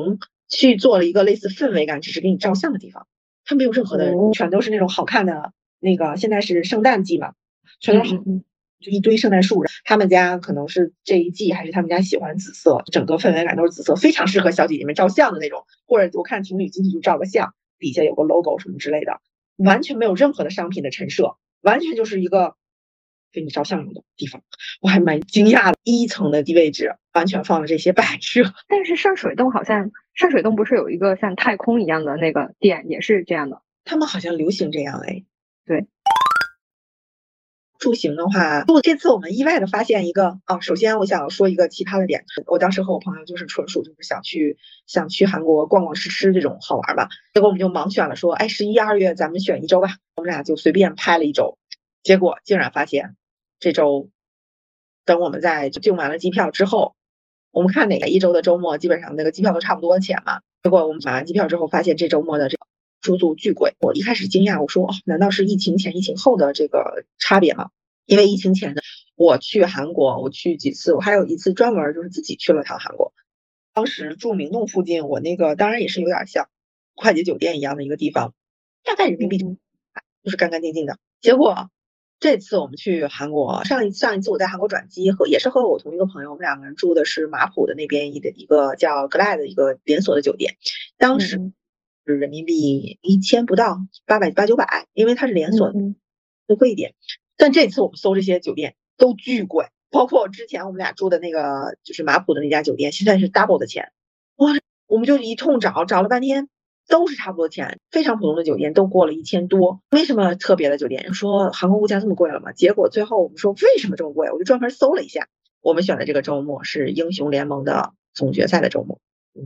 [SPEAKER 3] 去做了一个类似氛围感，只是给你照相的地方，它没有任何的人，
[SPEAKER 2] 哦
[SPEAKER 3] 全都是那种好看的那个，现在是圣诞季嘛，全都是
[SPEAKER 2] 嗯嗯
[SPEAKER 3] 就一堆圣诞树，他们家可能是这一季还是他们家喜欢紫色，整个氛围感都是紫色，非常适合小姐姐们照相的那种，或者我看情侣进去就照个相，底下有个 logo 什么之类的，完全没有任何的商品的陈设，完全就是一个给你照相用的地方。我还蛮惊讶的，一层的位置完全放了这些摆设。
[SPEAKER 2] 但是上水洞好像上水洞不是有一个像太空一样的那个店，也是这样的。
[SPEAKER 3] 他们好像流行这样哎。
[SPEAKER 2] 对。
[SPEAKER 3] 住行的话，这次我们意外的发现一个啊，首先我想说一个奇葩的点，我当时和我朋友就是纯属就是想去想去韩国逛逛吃吃这种好玩吧，结果我们就盲选了说，哎，十一二月咱们选一周吧，我们俩就随便拍了一周，结果竟然发现这周等我们在订完了机票之后，我们看哪个一周的周末基本上那个机票都差不多钱嘛，结果我们买完机票之后发现这周末的这个住宿巨贵，我一开始惊讶，我说哦，难道是疫情前疫情后的这个差别吗？因为疫情前的我去韩国，我去几次，我还有一次专门就是自己去了趟韩国。当时住明洞附近，我那个当然也是有点像快捷酒店一样的一个地方，大概人民币就是干干净净的。结果这次我们去韩国，上一上一次我在韩国转机和也是和我同一个朋友，我们两个人住的是马浦的那边一的一个叫 Glad 的一个连锁的酒店，当时是人民币一千不到，八百八九百，因为它是连锁的，会贵一点。但这次我们搜这些酒店都巨贵，包括之前我们俩住的那个就是马浦的那家酒店，现在是 double 的钱。哇，我们就一通找，找了半天都是差不多钱，非常普通的酒店都过了一千多。为什么特别的酒店？说韩国物价这么贵了吗？结果最后我们说为什么这么贵？我就专门搜了一下，我们选的这个周末是英雄联盟的总决赛的周末。嗯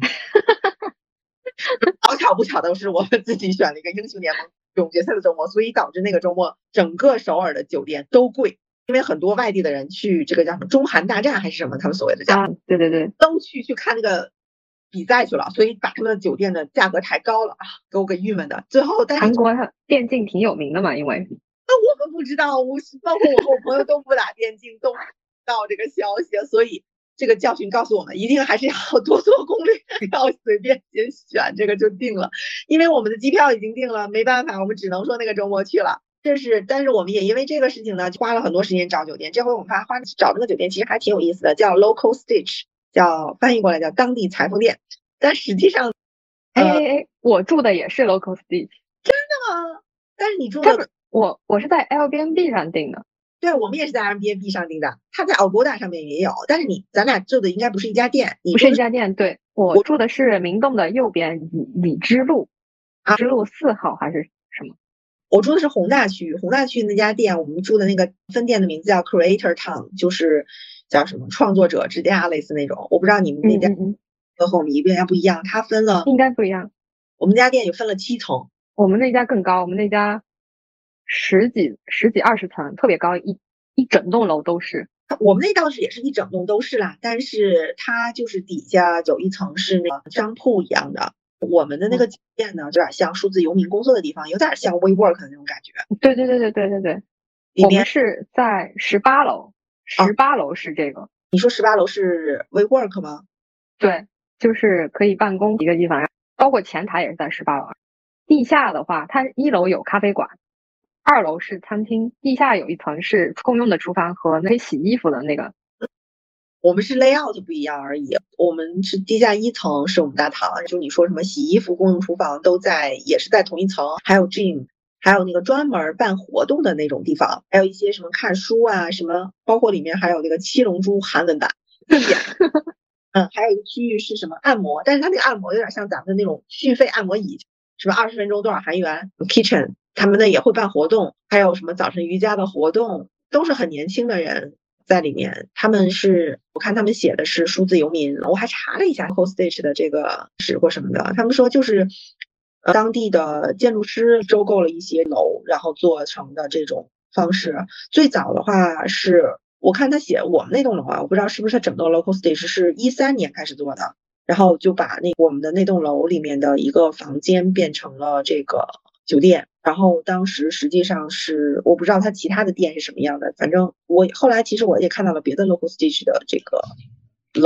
[SPEAKER 3] 好巧不巧的是我们自己选了一个英雄联盟总决赛的周末，所以导致那个周末整个首尔的酒店都贵，因为很多外地的人去这个叫什么中韩大战还是什么，他们所谓的叫、
[SPEAKER 2] 啊、对对对，
[SPEAKER 3] 都去去看那个比赛去了，所以把他们的酒店的价格抬高了啊，给我给郁闷的。最后但是
[SPEAKER 2] 韩国电竞挺有名的嘛，因为
[SPEAKER 3] 那我们不知道，我包括我和我朋友都不打电竞，都不知道这个消息，所以这个教训告诉我们，一定还是要多做攻略，不要随便先选这个就定了。因为我们的机票已经定了，没办法，我们只能说那个周末去了。这是，但是我们也因为这个事情呢，花了很多时间找酒店。这回我们发花找这个酒店其实还挺有意思的，叫 Local Stitch， 叫翻译过来叫当地裁缝店。但实际上，
[SPEAKER 2] 哎哎哎，我住的也是 Local Stitch。
[SPEAKER 3] 真的吗？但是你住的
[SPEAKER 2] 我我是在 Airbnb 上订的。
[SPEAKER 3] 对，我们也是在 Airbnb 上订的，它在 Agoda 上面也有，但是你咱俩住的应该不是一家店，你
[SPEAKER 2] 不是一家店，对，我住的是明洞的右边李李支路，啊，支路四号还是什么？
[SPEAKER 3] 我住的是宏大区，宏大区那家店，我们住的那个分店的名字叫 Creator Town， 就是叫什么创作者之家类似那种，我不知道你们那家和我们一边家不一样，它分了，
[SPEAKER 2] 应该不一样，
[SPEAKER 3] 我们家店有分了七层，
[SPEAKER 2] 我们那家更高，我们那家十几十几二十层，特别高，一一整栋楼都是。
[SPEAKER 3] 我们那倒是也是一整栋都是啦，但是它就是底下有一层是那个商铺一样的。我们的那个酒店呢，有点像数字游民工作的地方，有点像 WeWork 的那种感觉。
[SPEAKER 2] 对对对对对对对，我们是在十八楼，十八楼是这个。
[SPEAKER 3] 啊、你说十八楼是 WeWork 吗？
[SPEAKER 2] 对，就是可以办公一个地方，包括前台也是在十八楼。地下的话，它一楼有咖啡馆。二楼是餐厅，地下有一层是共用的厨房和可以洗衣服的那个。
[SPEAKER 3] 我们是 layout 不一样而已，我们是地下一层是我们大堂，就你说什么洗衣服、共用厨房都在，也是在同一层，还有 gym， 还有那个专门办活动的那种地方，还有一些什么看书啊，什么，包括里面还有那个七龙珠韩文版，嗯，还有一个区域是什么按摩，但是它那个按摩有点像咱们的那种续费按摩椅，什么二十分钟多少韩元 ，kitchen。他们呢也会办活动，还有什么早晨瑜伽的活动，都是很年轻的人在里面。他们是，我看他们写的是数字游民，我还查了一下 Local Stitch 的这个史或什么的，他们说就是呃当地的建筑师收购了一些楼，然后做成的这种方式。最早的话是我看他写我们那栋楼啊，我不知道是不是他整个 Local Stitch 是一三年开始做的，然后就把那我们的那栋楼里面的一个房间变成了这个酒店。然后当时实际上是我不知道它其他的店是什么样的，反正我后来其实我也看到了别的 Local Stitch 的这个楼，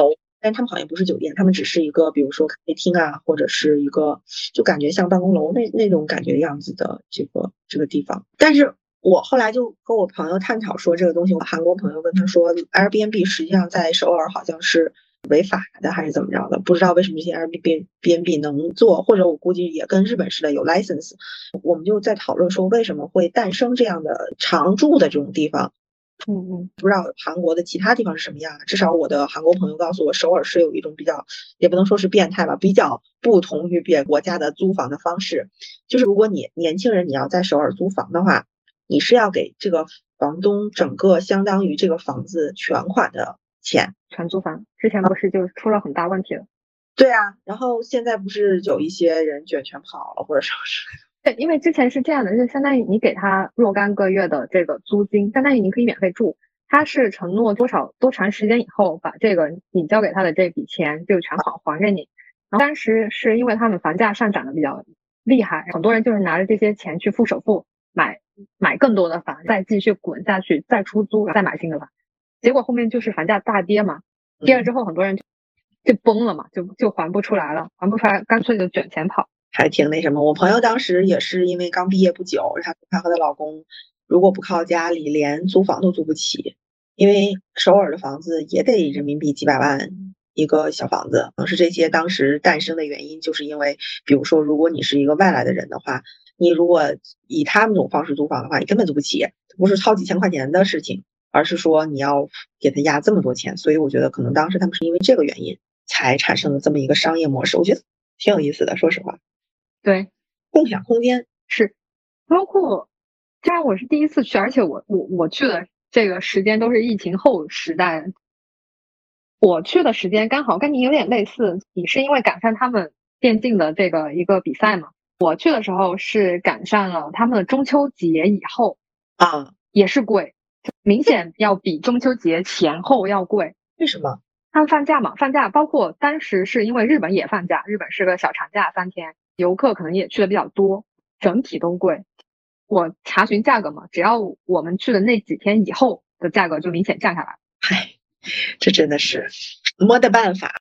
[SPEAKER 3] 但他们好像不是酒店，他们只是一个比如说咖啡厅啊，或者是一个就感觉像办公楼那那种感觉样子的这个这个地方。但是我后来就跟我朋友探讨说这个东西，我韩国朋友跟他说 Airbnb 实际上在首尔好像是违法的还是怎么着的，不知道为什么这些 Airbnb 能做，或者我估计也跟日本似的有 license。 我们就在讨论说为什么会诞生这样的常住的这种地方。
[SPEAKER 2] 嗯嗯，
[SPEAKER 3] 不知道韩国的其他地方是什么样，至少我的韩国朋友告诉我，首尔是有一种比较，也不能说是变态吧，比较不同于别国家的租房的方式。就是如果你年轻人你要在首尔租房的话，你是要给这个房东整个相当于这个房子全款的钱。
[SPEAKER 2] 全租房之前不是就出了很大问题了？
[SPEAKER 3] 对啊，然后现在不是有一些人卷全跑了或者什么之类的。
[SPEAKER 2] 对，因为之前是这样的，就相当于你给他若干个月的这个租金，相当于你可以免费住，他是承诺多少多长时间以后把这个你交给他的这笔钱就全款还给你。然后当时是因为他们房价上涨的比较厉害，很多人就是拿着这些钱去付首付买买更多的房，再继续滚下去，再出租，再买新的房。结果后面就是房价大跌嘛，跌了之后很多人就就崩了嘛，就就还不出来了，还不出来干脆就卷钱跑。
[SPEAKER 3] 还挺那什么，我朋友当时也是因为刚毕业不久，她她和她老公如果不靠家里，连租房都租不起，因为首尔的房子也得人民币几百万一个小房子。可能是这些当时诞生的原因，就是因为比如说如果你是一个外来的人的话，你如果以他们那种方式租房的话，你根本租不起，不是掏几千块钱的事情，而是说你要给他压这么多钱。所以我觉得可能当时他们是因为这个原因才产生了这么一个商业模式，我觉得挺有意思的，说实话。
[SPEAKER 2] 对，
[SPEAKER 3] 共享空间
[SPEAKER 2] 是，包括虽然我是第一次去，而且我我我去的这个时间都是疫情后时代，我去的时间刚好跟你有点类似，你是因为赶上他们电竞的这个一个比赛嘛？我去的时候是赶上了他们的中秋节以后
[SPEAKER 3] 啊，
[SPEAKER 2] 也是贵，明显要比中秋节前后要贵。
[SPEAKER 3] 为什么？
[SPEAKER 2] 他们放假嘛，放假包括当时是因为日本也放假，日本是个小长假三天，游客可能也去的比较多，整体都贵。我查询价格嘛，只要我们去的那几天以后的价格就明显降下来。
[SPEAKER 3] 唉，这真的是没得办法。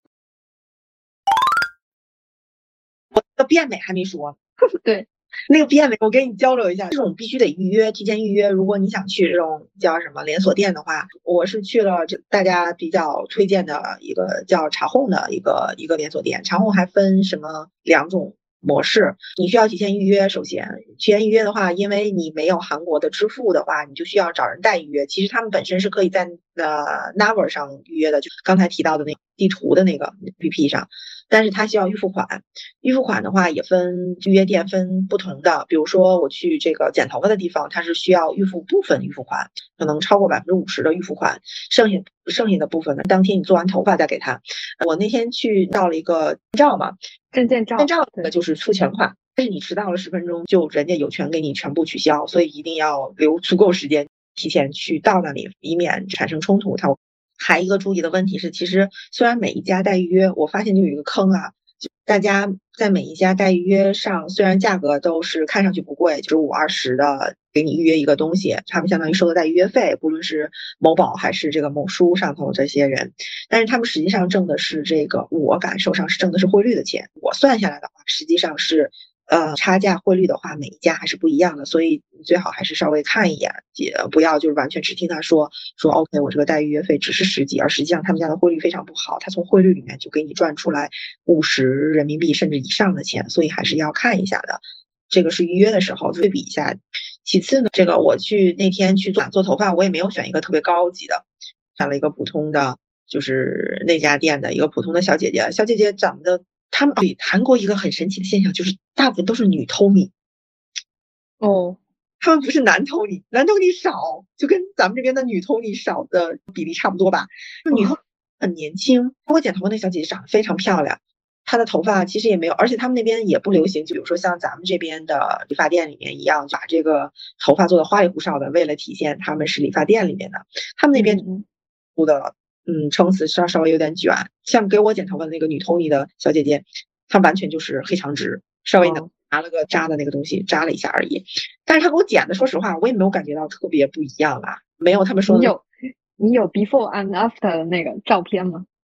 [SPEAKER 3] 我的变美还没说。
[SPEAKER 2] 对，
[SPEAKER 3] 那个变美我跟你交流一下，这种必须得预约，提前预约。如果你想去这种叫什么连锁店的话，我是去了这大家比较推荐的一个叫茶烘的一个一个连锁店。茶烘还分什么两种模式，你需要提前预约。首先提前预约的话，因为你没有韩国的支付的话，你就需要找人代预约。其实他们本身是可以在呃 Naver 上预约的，就刚才提到的那个地图的那个 A P P 上，但是它需要预付款。预付款的话也分预约店分不同的，比如说我去这个剪头发的地方，它是需要预付部分预付款，可能超过百分之五十的预付款，剩下剩下的部分呢，当天你做完头发再给他。我那天去到了一个照嘛。
[SPEAKER 2] 证件照，
[SPEAKER 3] 证照那个就是付全款，但是你迟到了十分钟，就人家有权给你全部取消，所以一定要留足够时间提前去到那里，以免产生冲突。它还一个注意的问题是，其实虽然每一家代预约，我发现就有一个坑啊，就大家在每一家代预约上，虽然价格都是看上去不贵，十五二十的给你预约一个东西，他们相当于收的代预约费，不论是某宝还是这个某书上头这些人，但是他们实际上挣的是这个，我感受上是挣的是汇率的钱。我算下来的话，实际上是呃差价汇率的话，每一家还是不一样的，所以你最好还是稍微看一眼，也不要就是完全只听他说说 OK 我这个代预约费只是十几，而实际上他们家的汇率非常不好，他从汇率里面就给你赚出来五十人民币甚至以上的钱，所以还是要看一下的。这个是预约的时候对比一下。其次呢，这个我去那天去做做头发，我也没有选一个特别高级的，选了一个普通的，就是那家店的一个普通的小姐姐。小姐姐长得，他们对韩国一个很神奇的现象就是大部分都是女 Tony。
[SPEAKER 2] 哦，
[SPEAKER 3] 他们不是男 Tony， 男 Tony 少，就跟咱们这边的女 Tony 少的比例差不多吧。女 Tony 很年轻，我剪头发那小姐姐长得非常漂亮。她的头发其实也没有，而且他们那边也不流行，就比如说像咱们这边的理发店里面一样，把这个头发做的花里胡哨的，为了体现他们是理发店里面的。他们那边做的嗯撑死稍稍微有点卷，像给我剪头发的那个女 Tony 的小姐姐，她完全就是黑长直，稍微能拿了个扎的那个东西扎了一下而已。但是她给我剪的，说实话我也没有感觉到特别不一样啦，没有他们说的。
[SPEAKER 2] 你有你有 before and after 的那个照片吗？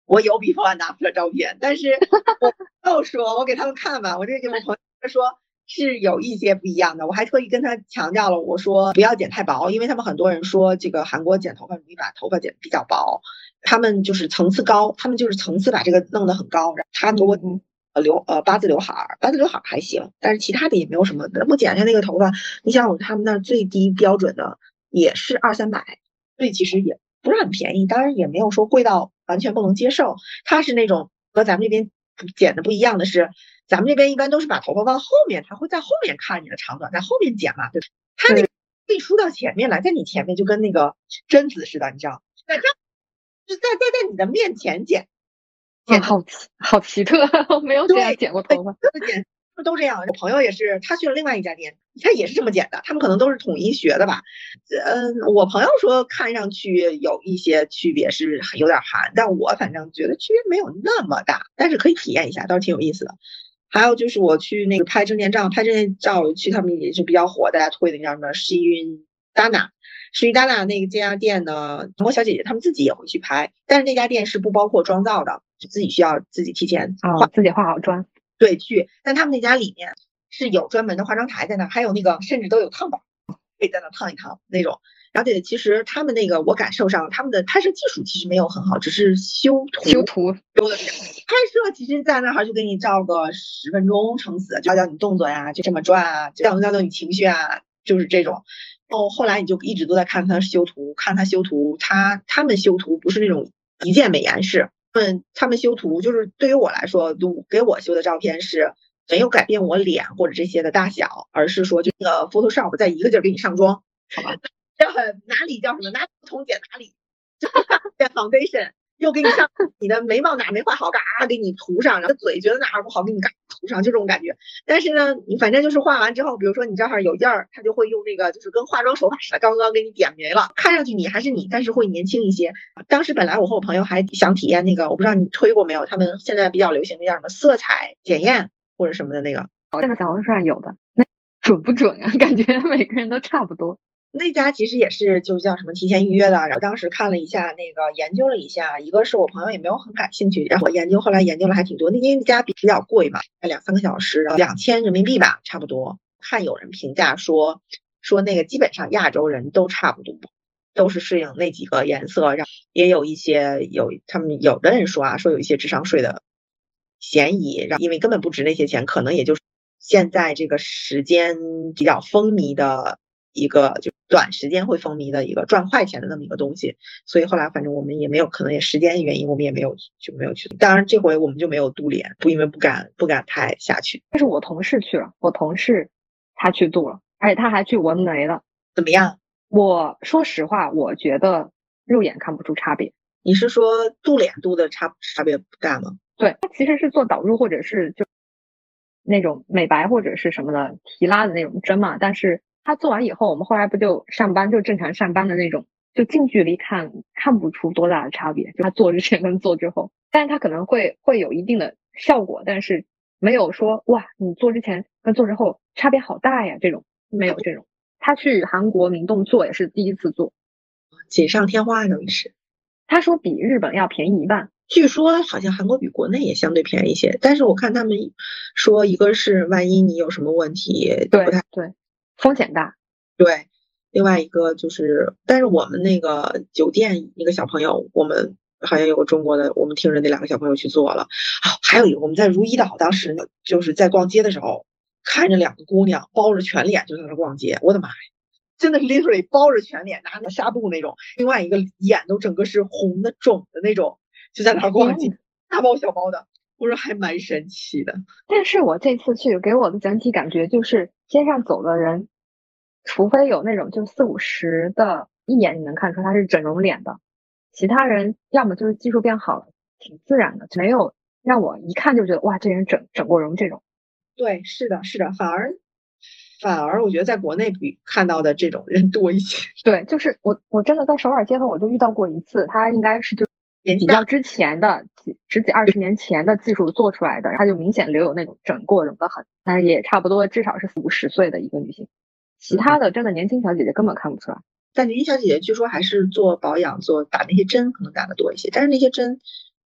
[SPEAKER 3] 我有 before and after 照片，但是我没有说，我给他们看吧，我这个我朋友说是有一些不一样的，我还特意跟他强调了，我说不要剪太薄，因为他们很多人说这个韩国剪头发容易把头发剪比较薄，他们就是层次高，他们就是层次把这个弄得很高，他给我呃留呃八字刘海，八字刘海还行，但是其他的也没有什么，我剪下那个头发，你想我他们那儿最低标准的也是二三百，所以其实也不是很便宜，当然也没有说贵到完全不能接受，它是那种和咱们这边剪的不一样的是，咱们这边一般都是把头发往后面，他会在后面看你的长短，在后面剪嘛，对吧？他那个可以梳到前面来，在你前面就跟那个贞子似的，你知道，在这就在在在你的面前剪，
[SPEAKER 2] 剪好好奇特，我没有这样剪过头发，
[SPEAKER 3] 剪都这样。我朋友也是，他去了另外一家店，他也是这么剪的，他们可能都是统一学的吧。嗯，我朋友说看上去有一些区别，是有点寒，但我反正觉得区别没有那么大，但是可以体验一下，倒是挺有意思的。还有就是我去那个拍证件照，拍证件照去他们也是比较火，大家推的叫什么诗云达娜，诗云达娜那个这家店呢，韩国小姐姐她们自己也会去拍，但是那家店是不包括妆造的，自己需要自己提前
[SPEAKER 2] 画、哦，自己化好妆。
[SPEAKER 3] 对，去，但他们那家里面是有专门的化妆台在那，还有那个甚至都有烫宝，可以在那烫一烫那种。而且其实他们那个我感受上，他们的拍摄技术其实没有很好，只是修图
[SPEAKER 2] 修图
[SPEAKER 3] 修的比较好。拍摄其实在那儿就给你照个十分钟撑死，教教你动作呀，就这么转啊，调动调动你情绪啊，就是这种。哦，后来你就一直都在看他修图，看他修图，他他们修图不是那种一键美颜式。嗯，他们修图就是对于我来说，都给我修的照片是没有改变我脸或者这些的大小，而是说就那个 Photoshop 在一个劲儿给你上妆，好吧？这哪里叫什么？哪里不同剪哪里，就剪 foundation 又给你上你的眉毛哪没画好，嘎给你涂上，然后嘴觉得哪儿不好给你嘎涂上，就这种感觉。但是呢，你反正就是画完之后，比如说你这儿有印儿，他就会用那个就是跟化妆手法似的，刚刚给你点没了，看上去你还是你，但是会年轻一些。当时本来我和我朋友还想体验那个，我不知道你推过没有，他们现在比较流行的叫什么色彩检验或者什么的那个，
[SPEAKER 2] 这个小红书上有的，那准不准啊？感觉每个人都差不多。
[SPEAKER 3] 那家其实也是就叫什么提前预约的，然后当时看了一下那个研究了一下，一个是我朋友也没有很感兴趣，然后我研究后来研究了还挺多，那因为那家比较贵嘛，两三个小时两千人民币吧差不多。看有人评价说说那个基本上亚洲人都差不多，都是适应那几个颜色，然后也有一些有他们有的人说啊说有一些智商税的嫌疑，然后因为根本不值那些钱，可能也就是现在这个时间比较风靡的一个就短时间会风靡的一个赚快钱的那么一个东西，所以后来反正我们也没有，可能也时间原因，我们也没有就没有去。当然这回我们就没有镀脸，不因为不敢不敢太下去。
[SPEAKER 2] 但是我同事去了，我同事他去镀了，而且他还去纹眉了。
[SPEAKER 3] 怎么样？
[SPEAKER 2] 我说实话，我觉得肉眼看不出差别。
[SPEAKER 3] 你是说镀脸镀的差差别不大吗？
[SPEAKER 2] 对，他其实是做导入或者是就那种美白或者是什么的提拉的那种针嘛，但是他做完以后，我们后来不就上班就正常上班的那种，就近距离看看不出多大的差别，就他做之前跟做之后，但是他可能会会有一定的效果，但是没有说哇你做之前跟做之后差别好大呀，这种没有这种。他去韩国明洞做也是第一次做，
[SPEAKER 3] 锦上添花等于是。
[SPEAKER 2] 他说比日本要便宜一半。
[SPEAKER 3] 据说好像韩国比国内也相对便宜一些，但是我看他们说一个是万一你有什么问题
[SPEAKER 2] 对
[SPEAKER 3] 不太
[SPEAKER 2] 对风险大，对，
[SPEAKER 3] 另外一个就是但是我们那个酒店一个小朋友，我们好像有个中国的，我们听着那两个小朋友去做了。好、哦，还有一个我们在如意岛当时就是在逛街的时候，看着两个姑娘包着全脸就在那逛街，我的妈呀，真的是 literally 包着全脸拿着纱布那种，另外一个眼都整个是红的肿的那种，就在那逛街，大包小包的，我说还蛮神奇的。
[SPEAKER 2] 但是我这次去给我的整体感觉就是街上走的人，除非有那种就四五十的，一眼你能看出他是整容脸的，其他人要么就是技术变好了，挺自然的，没有让我一看就觉得哇这人整整过容这种。
[SPEAKER 3] 对，是的，是的，反而反而我觉得在国内比看到的这种人多一些。
[SPEAKER 2] 对，就是我我真的在首尔街头我就遇到过一次，他应该是就比较之前的十几二十年前的技术做出来的，他就明显留有那种整过容的痕，但是也差不多至少是四五十岁的一个女性，其他的真的年轻小姐姐根本看不出来。
[SPEAKER 3] 但年轻小姐姐据说还是做保养做打那些针可能打得多一些，但是那些针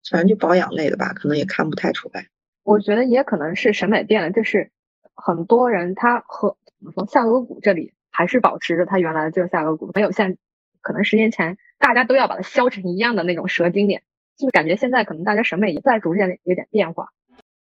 [SPEAKER 3] 反正就保养类的吧，可能也看不太出来。
[SPEAKER 2] 我觉得也可能是审美变了，就是很多人他和怎么说下颌骨这里还是保持着他原来的这个下颌骨，没有像可能十年前大家都要把它削成一样的那种蛇精脸，就感觉现在可能大家审美也在逐渐有点变化。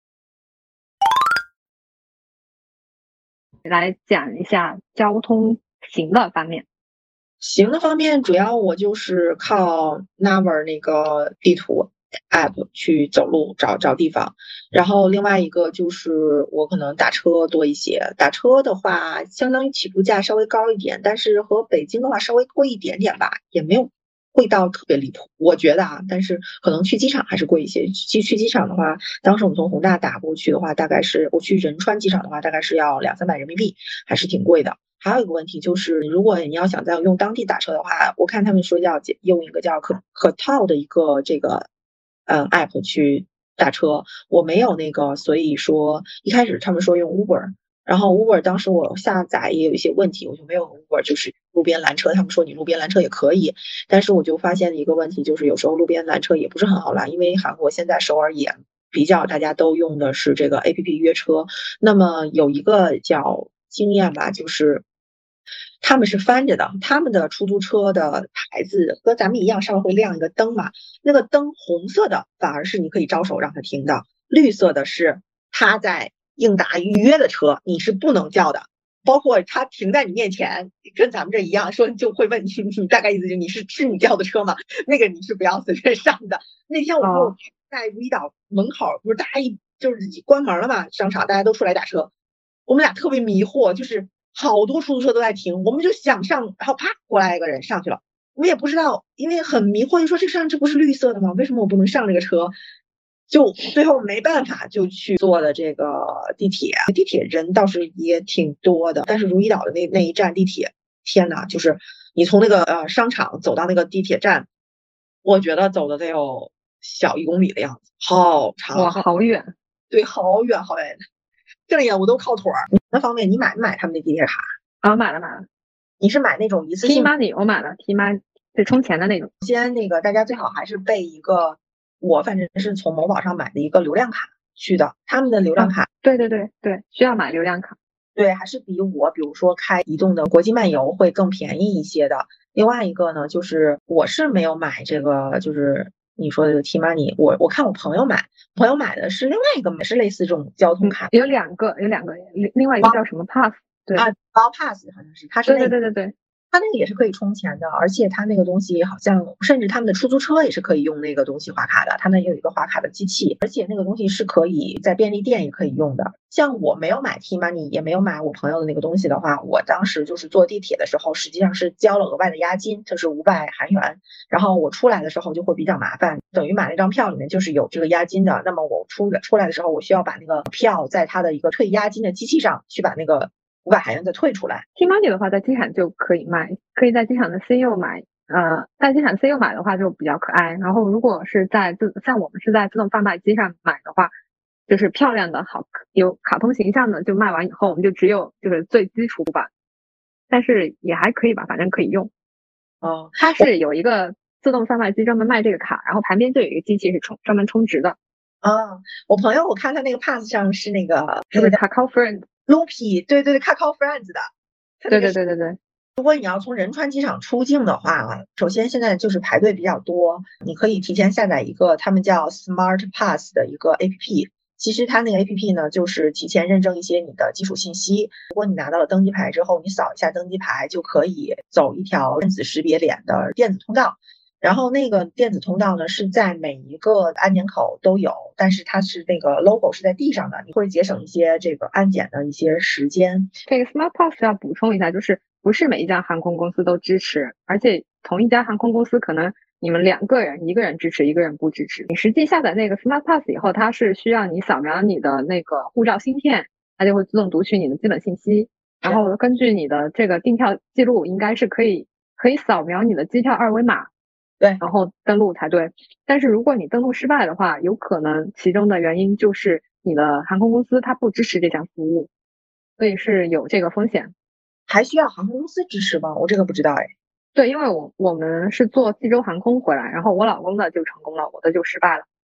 [SPEAKER 2] 来讲一下交通行的方面。
[SPEAKER 3] 行的方面，主要我就是靠 Naver 那个地图 app 去走路找找地方，然后另外一个就是我可能打车多一些。打车的话，相当于起步价稍微高一点，但是和北京的话稍微贵一点点吧，也没有贵到特别离谱，我觉得啊。但是可能去机场还是贵一些。去去机场的话，当时我们从宏大打过去的话，大概是我去仁川机场的话，大概是要两三百人民币，还是挺贵的。还有一个问题就是，如果你要想再用当地打车的话，我看他们说要用一个叫可可套的一个这个嗯 app 去打车，我没有那个，所以说一开始他们说用 Uber， 然后 Uber 当时我下载也有一些问题，我就没有 Uber， 就是路边拦车，他们说你路边拦车也可以，但是我就发现一个问题，就是有时候路边拦车也不是很好拦，因为韩国现在首尔也比较大家都用的是这个 A P P 约车，那么有一个叫经验吧，就是他们是翻着的，他们的出租车的牌子和咱们一样，上面会亮一个灯嘛，那个灯红色的反而是你可以招手让他停的，绿色的是他在应答预约的车，你是不能叫的。包括他停在你面前，跟咱们这一样，说就会问你，你大概意思就是你是是你叫的车吗？那个你是不要随便上的。那天我就在如意岛门口，不是大家一就是关门了嘛，商场大家都出来打车，我们俩特别迷惑，就是好多出租车都在停，我们就想上，然后啪过来一个人上去了，我们也不知道，因为很迷惑，就说这上这不是绿色的吗？为什么我不能上这个车？就最后没办法就去坐的这个地铁，地铁人倒是也挺多的，但是如意岛的那那一站地铁，天呐，就是你从那个呃商场走到那个地铁站，我觉得走的得有小一公里的样子，好长，
[SPEAKER 2] 哇，好远，
[SPEAKER 3] 对，好远好远，这里我都靠腿儿。那方面你买没买他们的地铁卡
[SPEAKER 2] 啊？买了买了，
[SPEAKER 3] 你是买那种一次性
[SPEAKER 2] T Money 我买了 T Money 是充钱的那种。
[SPEAKER 3] 先那个大家最好还是备一个，我反正是从某宝上买的一个流量卡去的，他们的流量卡、
[SPEAKER 2] 啊、对对对对，需要买流量卡，
[SPEAKER 3] 对，还是比我比如说开移动的国际漫游会更便宜一些的。另外一个呢，就是我是没有买这个，就是你说的这个 T Money， 我我看我朋友买，朋友买的是另外一个，也是类似这种交通卡，
[SPEAKER 2] 嗯、有两个有两个，另外一个叫什么 Pass， 对
[SPEAKER 3] 啊 Wow Pass 好像是，它是那
[SPEAKER 2] 对对对对对。
[SPEAKER 3] 它那个也是可以充钱的，而且它那个东西好像，甚至他们的出租车也是可以用那个东西划卡的，他们也有一个划卡的机器，而且那个东西是可以在便利店也可以用的。像我没有买 T Money， 也没有买我朋友的那个东西的话，我当时就是坐地铁的时候，实际上是交了额外的押金，就是五百韩元，然后我出来的时候就会比较麻烦，等于买那张票里面就是有这个押金的，那么我出出来的时候，我需要把那个票在它的一个退押金的机器上去把那个五百韩元再退出来。
[SPEAKER 2] T Money 的话，在机场就可以卖，可以在机场的 C U 买。呃，在机场 C U 买的话就比较可爱。然后如果是在自像我们是在自动贩卖机上买的话，就是漂亮的好有卡通形象的，就卖完以后我们就只有就是最基础版，但是也还可以吧，反正可以用。
[SPEAKER 3] 哦，
[SPEAKER 2] 它是有一个自动贩卖机专门卖这个卡，然后旁边就有一个机器是充专门充值的。
[SPEAKER 3] 啊，我朋友我看他那个 pass 上是那个
[SPEAKER 2] 是不是 Kakao Friend
[SPEAKER 3] Loopy， 对对对 Kakao Friends 的。
[SPEAKER 2] 对对对对对。
[SPEAKER 3] 如果你要从仁川机场出境的话，首先现在就是排队比较多，你可以提前下载一个他们叫 Smart Pass 的一个 A P P。其实它那个 A P P 呢，就是提前认证一些你的基础信息。如果你拿到了登机牌之后，你扫一下登机牌，就可以走一条电子识别脸的电子通道。然后那个电子通道呢，是在每一个安检口都有，但是它是那个 logo 是在地上的，你会节省一些这个安检的一些时间。
[SPEAKER 2] 这个 Smart Pass 要补充一下，就是不是每一家航空公司都支持，而且同一家航空公司可能你们两个人，一个人支持，一个人不支持。你实际下载那个 Smart Pass 以后，它是需要你扫描你的那个护照芯片，它就会自动读取你的基本信息，然后根据你的这个订票记录，应该是可以可以扫描你的机票二维码。
[SPEAKER 3] 对，
[SPEAKER 2] 然后登录才对。但是如果你登录失败的话，有可能其中的原因就是你的航空公司它不支持这项服务，所以是有这个风险。
[SPEAKER 3] 还需要航空公司支持吗？我这个不知道哎。
[SPEAKER 2] 对，因为我我们是坐济州航空回来，然后我老公的就成功了，我的就失败了。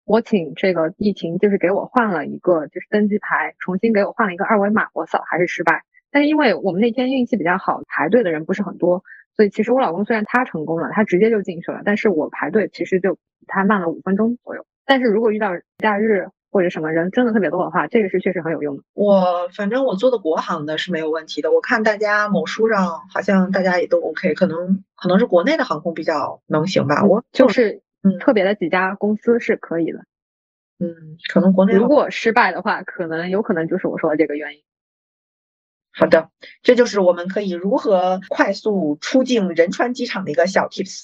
[SPEAKER 2] 我请这个地勤就是给我换了一个就是登机牌，重新给我换了一个二维码，我扫还是失败。但是因为我们那天运气比较好，排队的人不是很多，所以其实我老公虽然他成功了，他直接就进去了，但是我排队其实就比他慢了五分钟左右。但是如果遇到假日或者什么人真的特别多的话，这个是确实很有用的。
[SPEAKER 3] 我反正我做的国航的是没有问题的，我看大家某书上好像大家也都 OK， 可能可能是国内的航空比较能行吧。我
[SPEAKER 2] 就是
[SPEAKER 3] 嗯
[SPEAKER 2] 特别的几家公司是可以的。
[SPEAKER 3] 嗯，可能国内
[SPEAKER 2] 如果失败的话，可能有可能就是我说的这个原因。
[SPEAKER 3] 好的，这就是我们可以如何快速出境仁川机场的一个小 tips。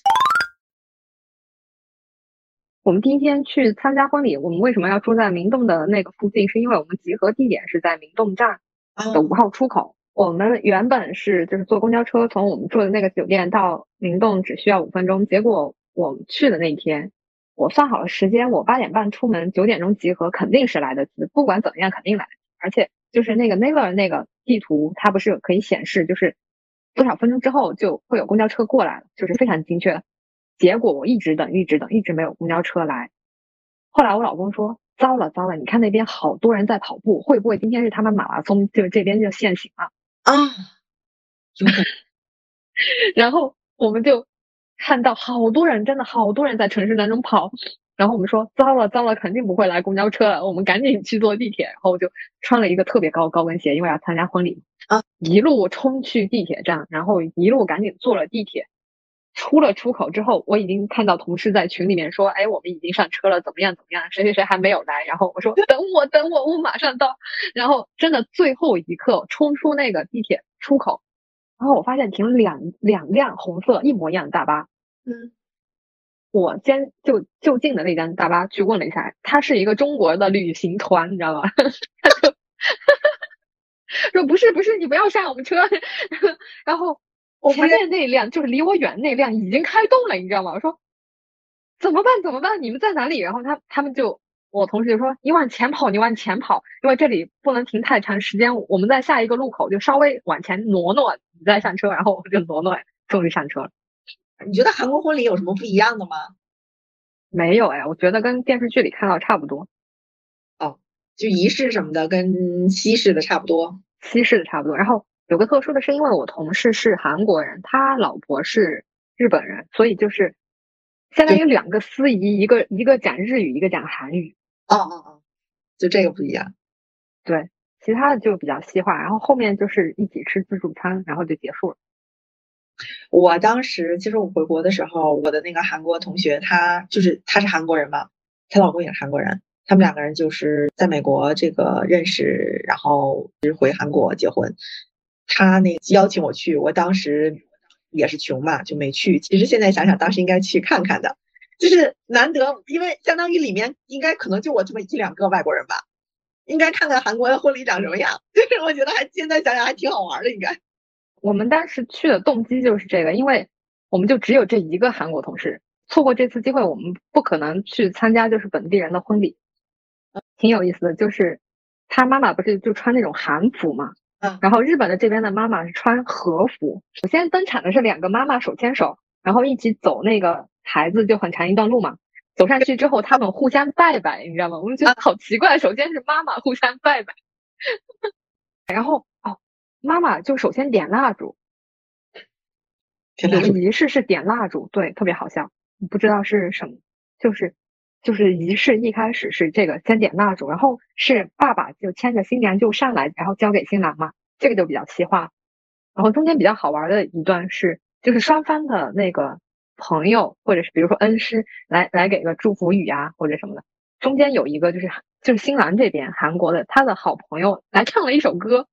[SPEAKER 2] 我们第一天去参加婚礼，我们为什么要住在明洞的那个附近？是因为我们集合地点是在明洞站的五号出口。我们原本是就是坐公交车从我们住的那个酒店到明洞只需要五分钟，结果我们去的那天，我算好了时间，我八点半出门，九点钟集合，肯定是来得及，不管怎么样肯定来得及。而且就是那个 Naver 那个地图，它不是可以显示就是多少分钟之后就会有公交车过来了，就是非常精确的。结果我一直等，一直等，一直没有公交车来。后来我老公说：“糟了糟了，你看那边好多人在跑步，会不会今天是他们马拉松，就这边就限行了
[SPEAKER 3] 啊？”有可能。
[SPEAKER 2] 然后我们就看到好多人，真的好多人在城市当中跑。然后我们说：“糟了糟了，肯定不会来公交车了，我们赶紧去坐地铁。”然后我就穿了一个特别高高跟鞋，因为要参加婚礼
[SPEAKER 3] 啊，
[SPEAKER 2] 一路冲去地铁站，然后一路赶紧坐了地铁。出了出口之后，我已经看到同事在群里面说：“哎，我们已经上车了，怎么样怎么样？谁谁谁还没有来。”然后我说：“等我，等我，我马上到。”然后真的最后一刻冲出那个地铁出口，然后我发现停两两辆红色一模一样的大巴。
[SPEAKER 3] 嗯，
[SPEAKER 2] 我先就就近的那辆大巴去问了一下，它是一个中国的旅行团，你知道吗？他就说：“不是不是，你不要上我们车。”然后。前面那辆就是离我远那辆已经开动了，你知道吗？我说怎么办？怎么办？你们在哪里？然后他他们就我同事就说你往前跑，你往前跑，因为这里不能停太长时间。我们在下一个路口就稍微往前挪挪，你再上车。然后我就挪挪，终于上车了。
[SPEAKER 3] 你觉得韩国婚礼有什么不一样的吗？
[SPEAKER 2] 没有哎，我觉得跟电视剧里看到差不多。
[SPEAKER 3] 哦，就仪式什么的跟西式的差不多。
[SPEAKER 2] 西式的差不多，然后。有个特殊的是，因为我同事是韩国人，他老婆是日本人，所以就是相当于两个司仪，一个一个讲日语，一个讲韩语。
[SPEAKER 3] 哦哦哦，就这个不一样。
[SPEAKER 2] 对，其他的就比较西化，然后后面就是一起吃自助餐，然后就结束了。
[SPEAKER 3] 我当时其实我回国的时候，我的那个韩国同学，他就是他是韩国人嘛，她老公也是韩国人，他们两个人就是在美国这个认识，然后回韩国结婚。他那邀请我去，我当时也是穷嘛，就没去。其实现在想想，当时应该去看看的，就是难得，因为相当于里面应该可能就我这么一两个外国人吧，应该看看韩国的婚礼长什么样。就是我觉得还现在想想还挺好玩的，应该。
[SPEAKER 2] 我们当时去的动机就是这个，因为我们就只有这一个韩国同事，错过这次机会，我们不可能去参加就是本地人的婚礼。挺有意思的，就是他妈妈不是就穿那种韩服嘛。然后日本的这边的妈妈是穿和服。首先登场的是两个妈妈手牵手，然后一起走那个台子，就很长一段路嘛。走上去之后，他们互相拜拜，你知道吗？我们觉得好奇怪。首先是妈妈互相拜拜，然后哦，妈妈就首先点蜡烛，有个仪式是点蜡烛，对，特别好笑，不知道是什么，就是就是仪式一开始是这个先点蜡烛，然后是爸爸就牵着新娘就上来，然后交给新郎嘛，这个就比较西化。然后中间比较好玩的一段是，就是双方的那个朋友或者是比如说恩师来来给个祝福语啊或者什么的。中间有一个就是就是新郎这边韩国的他的好朋友来唱了一首歌，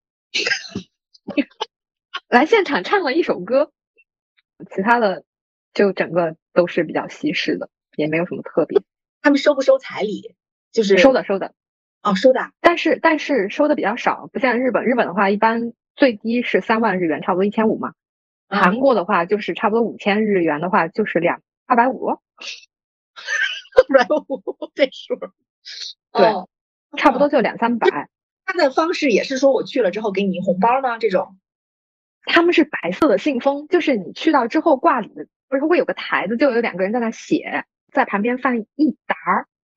[SPEAKER 2] 来现场唱了一首歌，其他的就整个都是比较西式的，也没有什么特别。
[SPEAKER 3] 他们收不收彩礼？就是
[SPEAKER 2] 收的收的。
[SPEAKER 3] 哦，收的，
[SPEAKER 2] 但是但是收的比较少，不像日本，日本的话一般最低是三万日元，差不多一千五嘛。韩国的话就是差不多五千日元的话就是两二百五，二
[SPEAKER 3] 百五这数，
[SPEAKER 2] 对，哦、差不多就两三百。
[SPEAKER 3] 他的方式也是说我去了之后给你红包吗？这种？
[SPEAKER 2] 他们是白色的信封，就是你去到之后挂礼的，不是会有个台子，就有两个人在那写，在旁边放一沓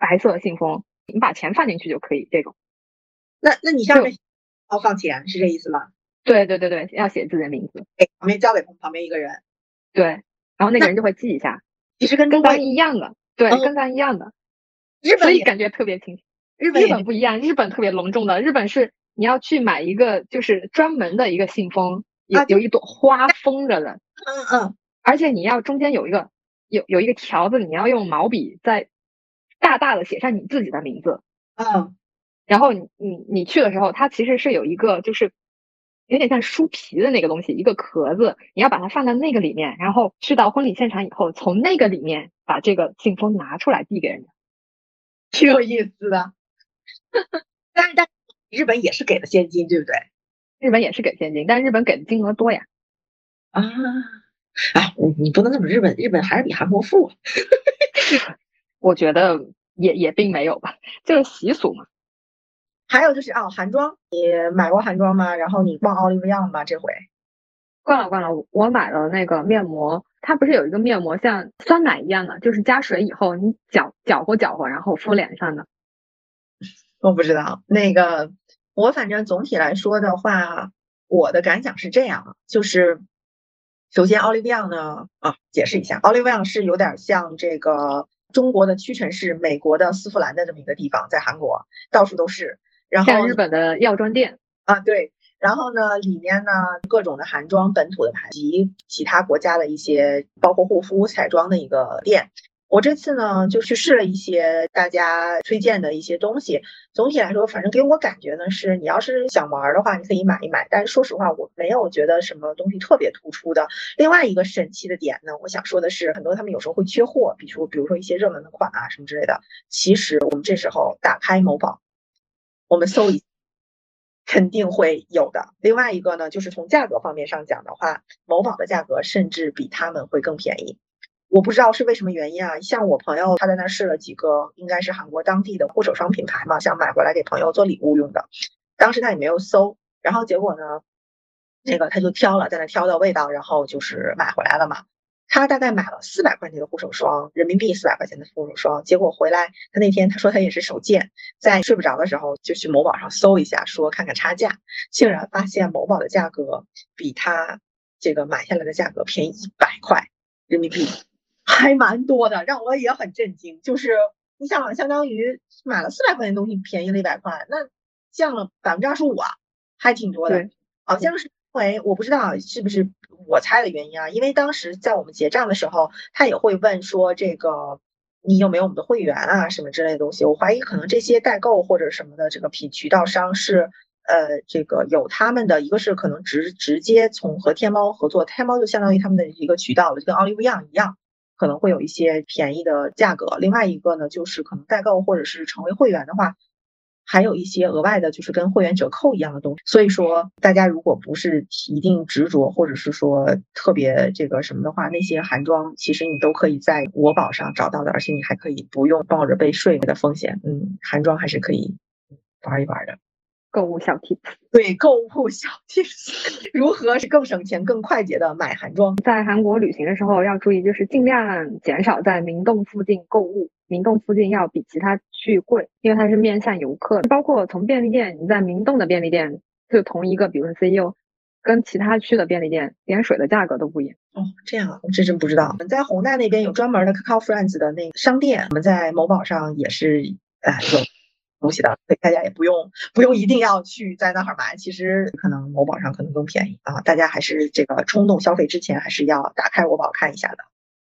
[SPEAKER 2] 白色信封，你把钱放进去就可以这种。
[SPEAKER 3] 那那你上面要放钱是这意思吗？
[SPEAKER 2] 对对对对，要写自己的名字，
[SPEAKER 3] 哎，旁边交给旁边一个人，
[SPEAKER 2] 对，然后那个人就会记一下，
[SPEAKER 3] 其实跟
[SPEAKER 2] 跟咱一样的，对，
[SPEAKER 3] 嗯、
[SPEAKER 2] 跟咱一样的，
[SPEAKER 3] 日本也
[SPEAKER 2] 所以感觉特别清晰。
[SPEAKER 3] 日本也
[SPEAKER 2] 日本不一样，日本特别隆重的，日本是你要去买一个就是专门的一个信封，有、
[SPEAKER 3] 啊
[SPEAKER 2] 有一朵花封着的，
[SPEAKER 3] 嗯嗯，
[SPEAKER 2] 而且你要中间有一个有有一个条子，你要用毛笔在大大的写上你自己的名字。
[SPEAKER 3] 嗯，
[SPEAKER 2] 然后你你你去的时候，它其实是有一个就是有点像书皮的那个东西，一个壳子，你要把它放在那个里面，然后去到婚礼现场以后，从那个里面把这个信封拿出来递给人家，
[SPEAKER 3] 挺有意思的。但是但日本也是给的现金，对不对？
[SPEAKER 2] 日本也是给现金，但是日本给的金额多呀。
[SPEAKER 3] 啊，哎，你不能那么日本，日本还是比韩国富啊。
[SPEAKER 2] 我觉得也也并没有吧，就是习俗嘛。
[SPEAKER 3] 还有就是啊，韩妆，你买过韩妆吗？然后你逛奥利维亚吗？这回
[SPEAKER 2] 逛了逛了，我买了那个面膜，它不是有一个面膜像酸奶一样的，就是加水以后你搅搅和搅和，然后敷脸上的。
[SPEAKER 3] 我不知道，那个我反正总体来说的话，我的感想是这样，就是首先奥利维亚呢，啊，解释一下，奥利维亚是有点像这个中国的屈臣氏、美国的丝芙兰的这么一个地方，在韩国到处都是。然后
[SPEAKER 2] 像日本的药妆店
[SPEAKER 3] 啊，对，然后呢，里面呢各种的韩妆本土的牌及其他国家的一些，包括护肤、彩妆的一个店。我这次呢就去试了一些大家推荐的一些东西。总体来说，反正给我感觉呢是，你要是想玩的话，你可以买一买。但是说实话，我没有觉得什么东西特别突出的。另外一个神奇的点呢，我想说的是，很多他们有时候会缺货，比如比如说一些热门的款啊什么之类的。其实我们这时候打开某宝，我们搜一下。肯定会有的。另外一个呢，就是从价格方面上讲的话，某宝的价格甚至比他们会更便宜。我不知道是为什么原因啊，像我朋友他在那试了几个，应该是韩国当地的护手霜品牌嘛，想买回来给朋友做礼物用的。当时他也没有搜，然后结果呢，那个他就挑了，在那挑的味道，然后就是买回来了嘛。他大概买了四百块钱的护手霜，人民币四百块钱的护手霜，结果回来，他那天他说他也是手贱，在睡不着的时候就去某宝上搜一下，说看看差价，竟然发现某宝的价格比他这个买下来的价格便宜一百块人民币，还蛮多的，让我也很震惊。就是你想，相当于买了四百块钱的东西便宜了一百块，那降了百分之二十五啊，还挺多的。好像是因为我不知道是不是我猜的原因啊，因为当时在我们结账的时候，他也会问说这个你有没有我们的会员啊什么之类的东西。我怀疑可能这些代购或者什么的这个品渠道商是呃这个有他们的一个是可能直直接从和天猫合作，天猫就相当于他们的一个渠道了，就跟奥利维亚一样，可能会有一些便宜的价格。另外一个呢，就是可能代购或者是成为会员的话，还有一些额外的，就是跟会员折扣一样的东西。所以说，大家如果不是一定执着，或者是说特别这个什么的话，那些韩妆其实你都可以在国宝上找到的，而且你还可以不用抱着被税的风险。嗯，韩妆还是可以玩一玩的。
[SPEAKER 2] 购物小 tips，
[SPEAKER 3] 对，购物小 tips， 如何是更省钱、更快捷的买韩妆？
[SPEAKER 2] 在韩国旅行的时候要注意，就是尽量减少在明洞附近购物。明洞附近要比其他区域贵，因为它是面向游客。包括从便利店，你在明洞的便利店，就同一个，比如说 C E O， 跟其他区的便利店，连水的价格都不一样。
[SPEAKER 3] 哦，这样啊，我这真不知道。我们在宏大那边有专门的 Kakao Friends 的那个商店，我们在某宝上也是，哎，有东西的，所以大家也不用不用一定要去在那儿买。其实可能某宝上可能更便宜啊，大家还是这个冲动消费之前，还是要打开某宝看一下的。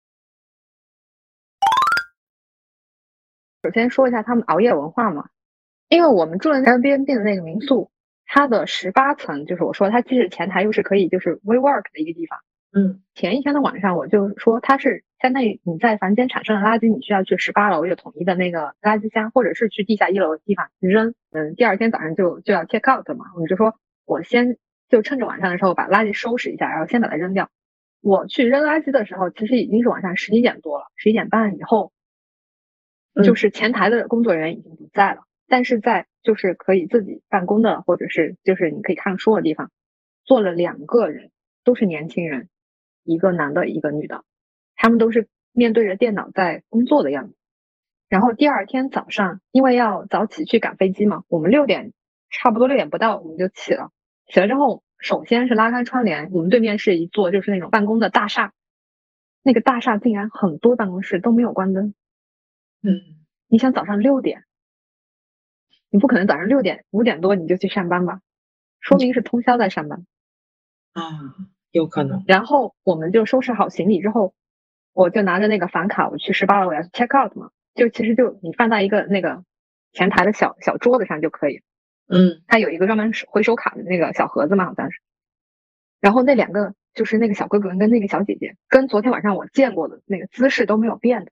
[SPEAKER 2] 首先说一下他们熬夜文化嘛，因为我们住的 Airbnb 的那个民宿，它的十八层，就是我说它既是前台又是可以就是 WeWork 的一个地方。
[SPEAKER 3] 嗯，
[SPEAKER 2] 前一天的晚上我就说它是相当于你在房间产生的垃圾，你需要去十八楼有统一的那个垃圾箱，或者是去地下一楼的地方扔。嗯，第二天早上就就要 check out 嘛，我们就说我先就趁着晚上的时候把垃圾收拾一下，然后先把它扔掉。我去扔垃圾的时候，其实已经是晚上十一点多了，十一点半以后。就是前台的工作人员已经不在了，嗯、但是在就是可以自己办公的，或者是就是你可以看书的地方，坐了两个人，都是年轻人，一个男的，一个女的，他们都是面对着电脑在工作的样子。 然后第二天早上，因为要早起去赶飞机嘛，我们六点差不多六点不到我们就起了。起了之后，首先是拉开窗帘，我们对面是一座就是那种办公的大厦，那个大厦竟然很多办公室都没有关灯。
[SPEAKER 3] 嗯，
[SPEAKER 2] 你想早上六点，你不可能早上六点五点多你就去上班吧？说明是通宵在上班
[SPEAKER 3] 啊，有可能。
[SPEAKER 2] 然后我们就收拾好行李之后，我就拿着那个房卡，我去十八楼，我要 check out 嘛，就其实就你放在一个那个前台的小小桌子上就可以。
[SPEAKER 3] 嗯，
[SPEAKER 2] 它有一个专门回收卡的那个小盒子嘛，好像是。然后那两个就是那个小哥哥跟那个小姐姐，跟昨天晚上我见过的那个姿势都没有变的，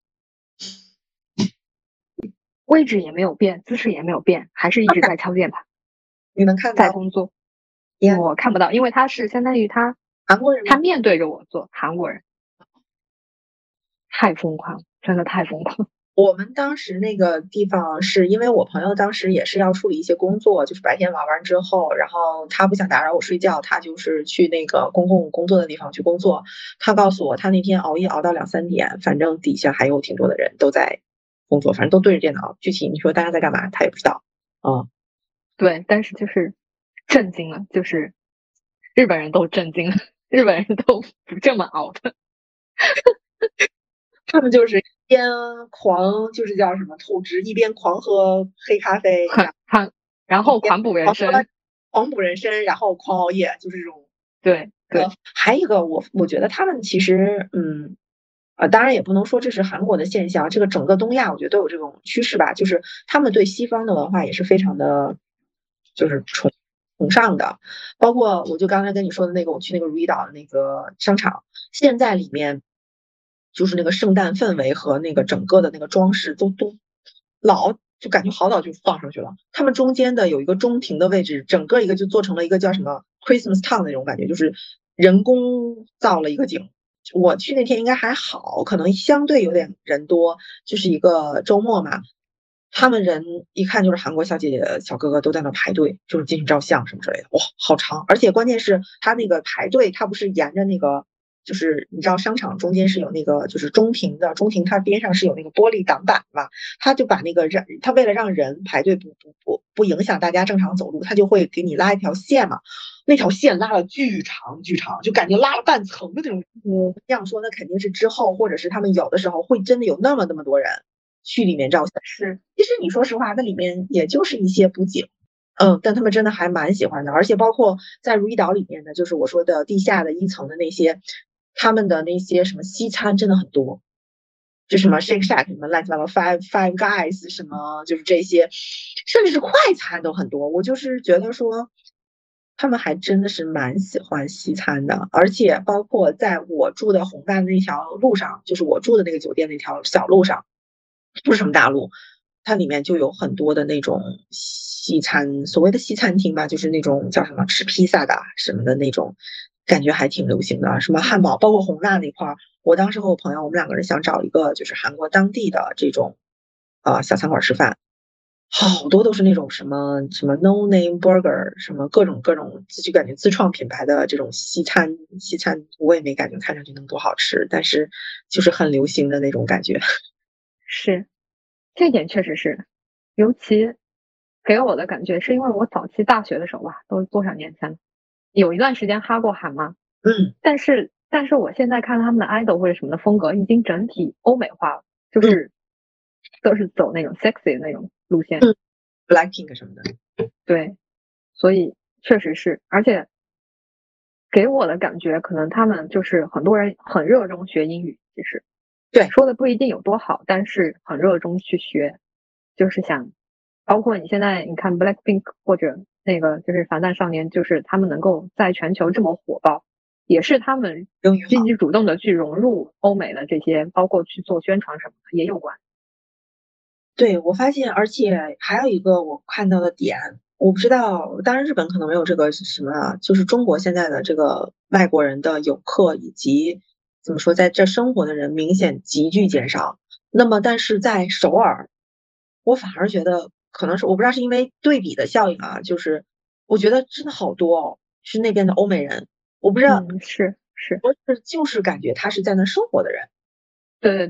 [SPEAKER 2] 位置也没有变，姿势也没有变，还是一直在敲键盘，
[SPEAKER 3] 你能看到
[SPEAKER 2] 在工作。
[SPEAKER 3] Yeah
[SPEAKER 2] 我看不到，因为他是相当于他
[SPEAKER 3] 韩国人吗？
[SPEAKER 2] 他面对着我做，韩国人，太疯狂，真的太疯狂。
[SPEAKER 3] 我们当时那个地方是因为我朋友当时也是要处理一些工作，就是白天玩完之后，然后他不想打扰我睡觉，他就是去那个公共工作的地方去工作。他告诉我，他那天熬夜熬到两三点，反正底下还有挺多的人都在工作，反正都对着电脑。具体你说大家在干嘛，他也不知道。嗯，
[SPEAKER 2] 对，但是就是震惊了，就是日本人都震惊了，日本人都不这么熬的。
[SPEAKER 3] 他们就是一边狂就是叫什么透支，一边狂喝黑咖啡，
[SPEAKER 2] 很很，然后狂补人参，
[SPEAKER 3] 狂补人参，然后狂熬夜，就是这种。
[SPEAKER 2] 对对、
[SPEAKER 3] 呃，还有一个我我觉得他们其实嗯。呃，当然也不能说这是韩国的现象，这个整个东亚我觉得都有这种趋势吧，就是他们对西方的文化也是非常的，就是崇崇尚的。包括我就刚才跟你说的那个，我去那个如意岛的那个商场，现在里面就是那个圣诞氛围和那个整个的那个装饰都都老就感觉好早就放上去了。他们中间的有一个中庭的位置，整个一个就做成了一个叫什么 Christmas Town 那种感觉，就是人工造了一个景。我去那天应该还好，可能相对有点人多，就是一个周末嘛。他们人一看就是韩国小姐姐、小哥哥都在那排队，就是进去照相什么之类的，哇，好长！而且关键是他那个排队，他不是沿着那个，就是你知道商场中间是有那个就是中庭的，中庭它边上是有那个玻璃挡板嘛，他就把那个让他为了让人排队不不不不影响大家正常走路，他就会给你拉一条线嘛。那条线拉了巨长巨长，就感觉拉了半层的那种。嗯，这样说那肯定是之后，或者是他们有的时候会真的有那么那么多人去里面照相。
[SPEAKER 2] 是，
[SPEAKER 3] 其实你说实话，那里面也就是一些布景，嗯，但他们真的还蛮喜欢的。而且包括在如意岛里面的，就是我说的地下的一层的那些，他们的那些什么西餐真的很多。就什么 Shake Shack 什么乱七八糟 Five Five Guys 什么就是这些，甚至是快餐都很多。我就是觉得说。他们还真的是蛮喜欢西餐的，而且包括在我住的红岸那条路上，就是我住的那个酒店那条小路上，不是什么大路，它里面就有很多的那种西餐，所谓的西餐厅吧，就是那种叫什么吃披萨的什么的那种，感觉还挺流行的。什么汉堡，包括宏大那块儿，我当时和我朋友，我们两个人想找一个就是韩国当地的这种呃小餐馆吃饭。好多都是那种什么什么 No Name Burger，什么各种各种自己感觉自创品牌的这种西餐，西餐我也没感觉看上去能多好吃，但是就是很流行的那种感觉。
[SPEAKER 2] 是，这点确实是，尤其给我的感觉是因为我早期大学的时候吧，都多少年前了，有一段时间哈过韩嘛，
[SPEAKER 3] 嗯，
[SPEAKER 2] 但是但是我现在看他们的 idol 或者什么的风格已经整体欧美化了，就是都是走那种 sexy 的那种路线。
[SPEAKER 3] 嗯，Blackpink 什么的。
[SPEAKER 2] 对，所以确实是，而且给我的感觉，可能他们就是很多人很热衷学英语，其实
[SPEAKER 3] 对，
[SPEAKER 2] 说的不一定有多好，但是很热衷去学，就是想，包括你现在你看 Blackpink 或者那个就是防弹少年，就是他们能够在全球这么火爆，也是他们积极主动的去融入欧美的这些，包括去做宣传什么的也有关。
[SPEAKER 3] 对，我发现，而且还有一个我看到的点，我不知道，当然日本可能没有这个什么啊，就是中国现在的这个外国人的游客以及怎么说在这生活的人明显急剧减少。那么，但是在首尔，我反而觉得可能是我不知道是因为对比的效应啊，就是我觉得真的好多哦，是那边的欧美人，我不知道，
[SPEAKER 2] 嗯，是是，
[SPEAKER 3] 我是就是感觉他是在那生活的人。
[SPEAKER 2] 对对对。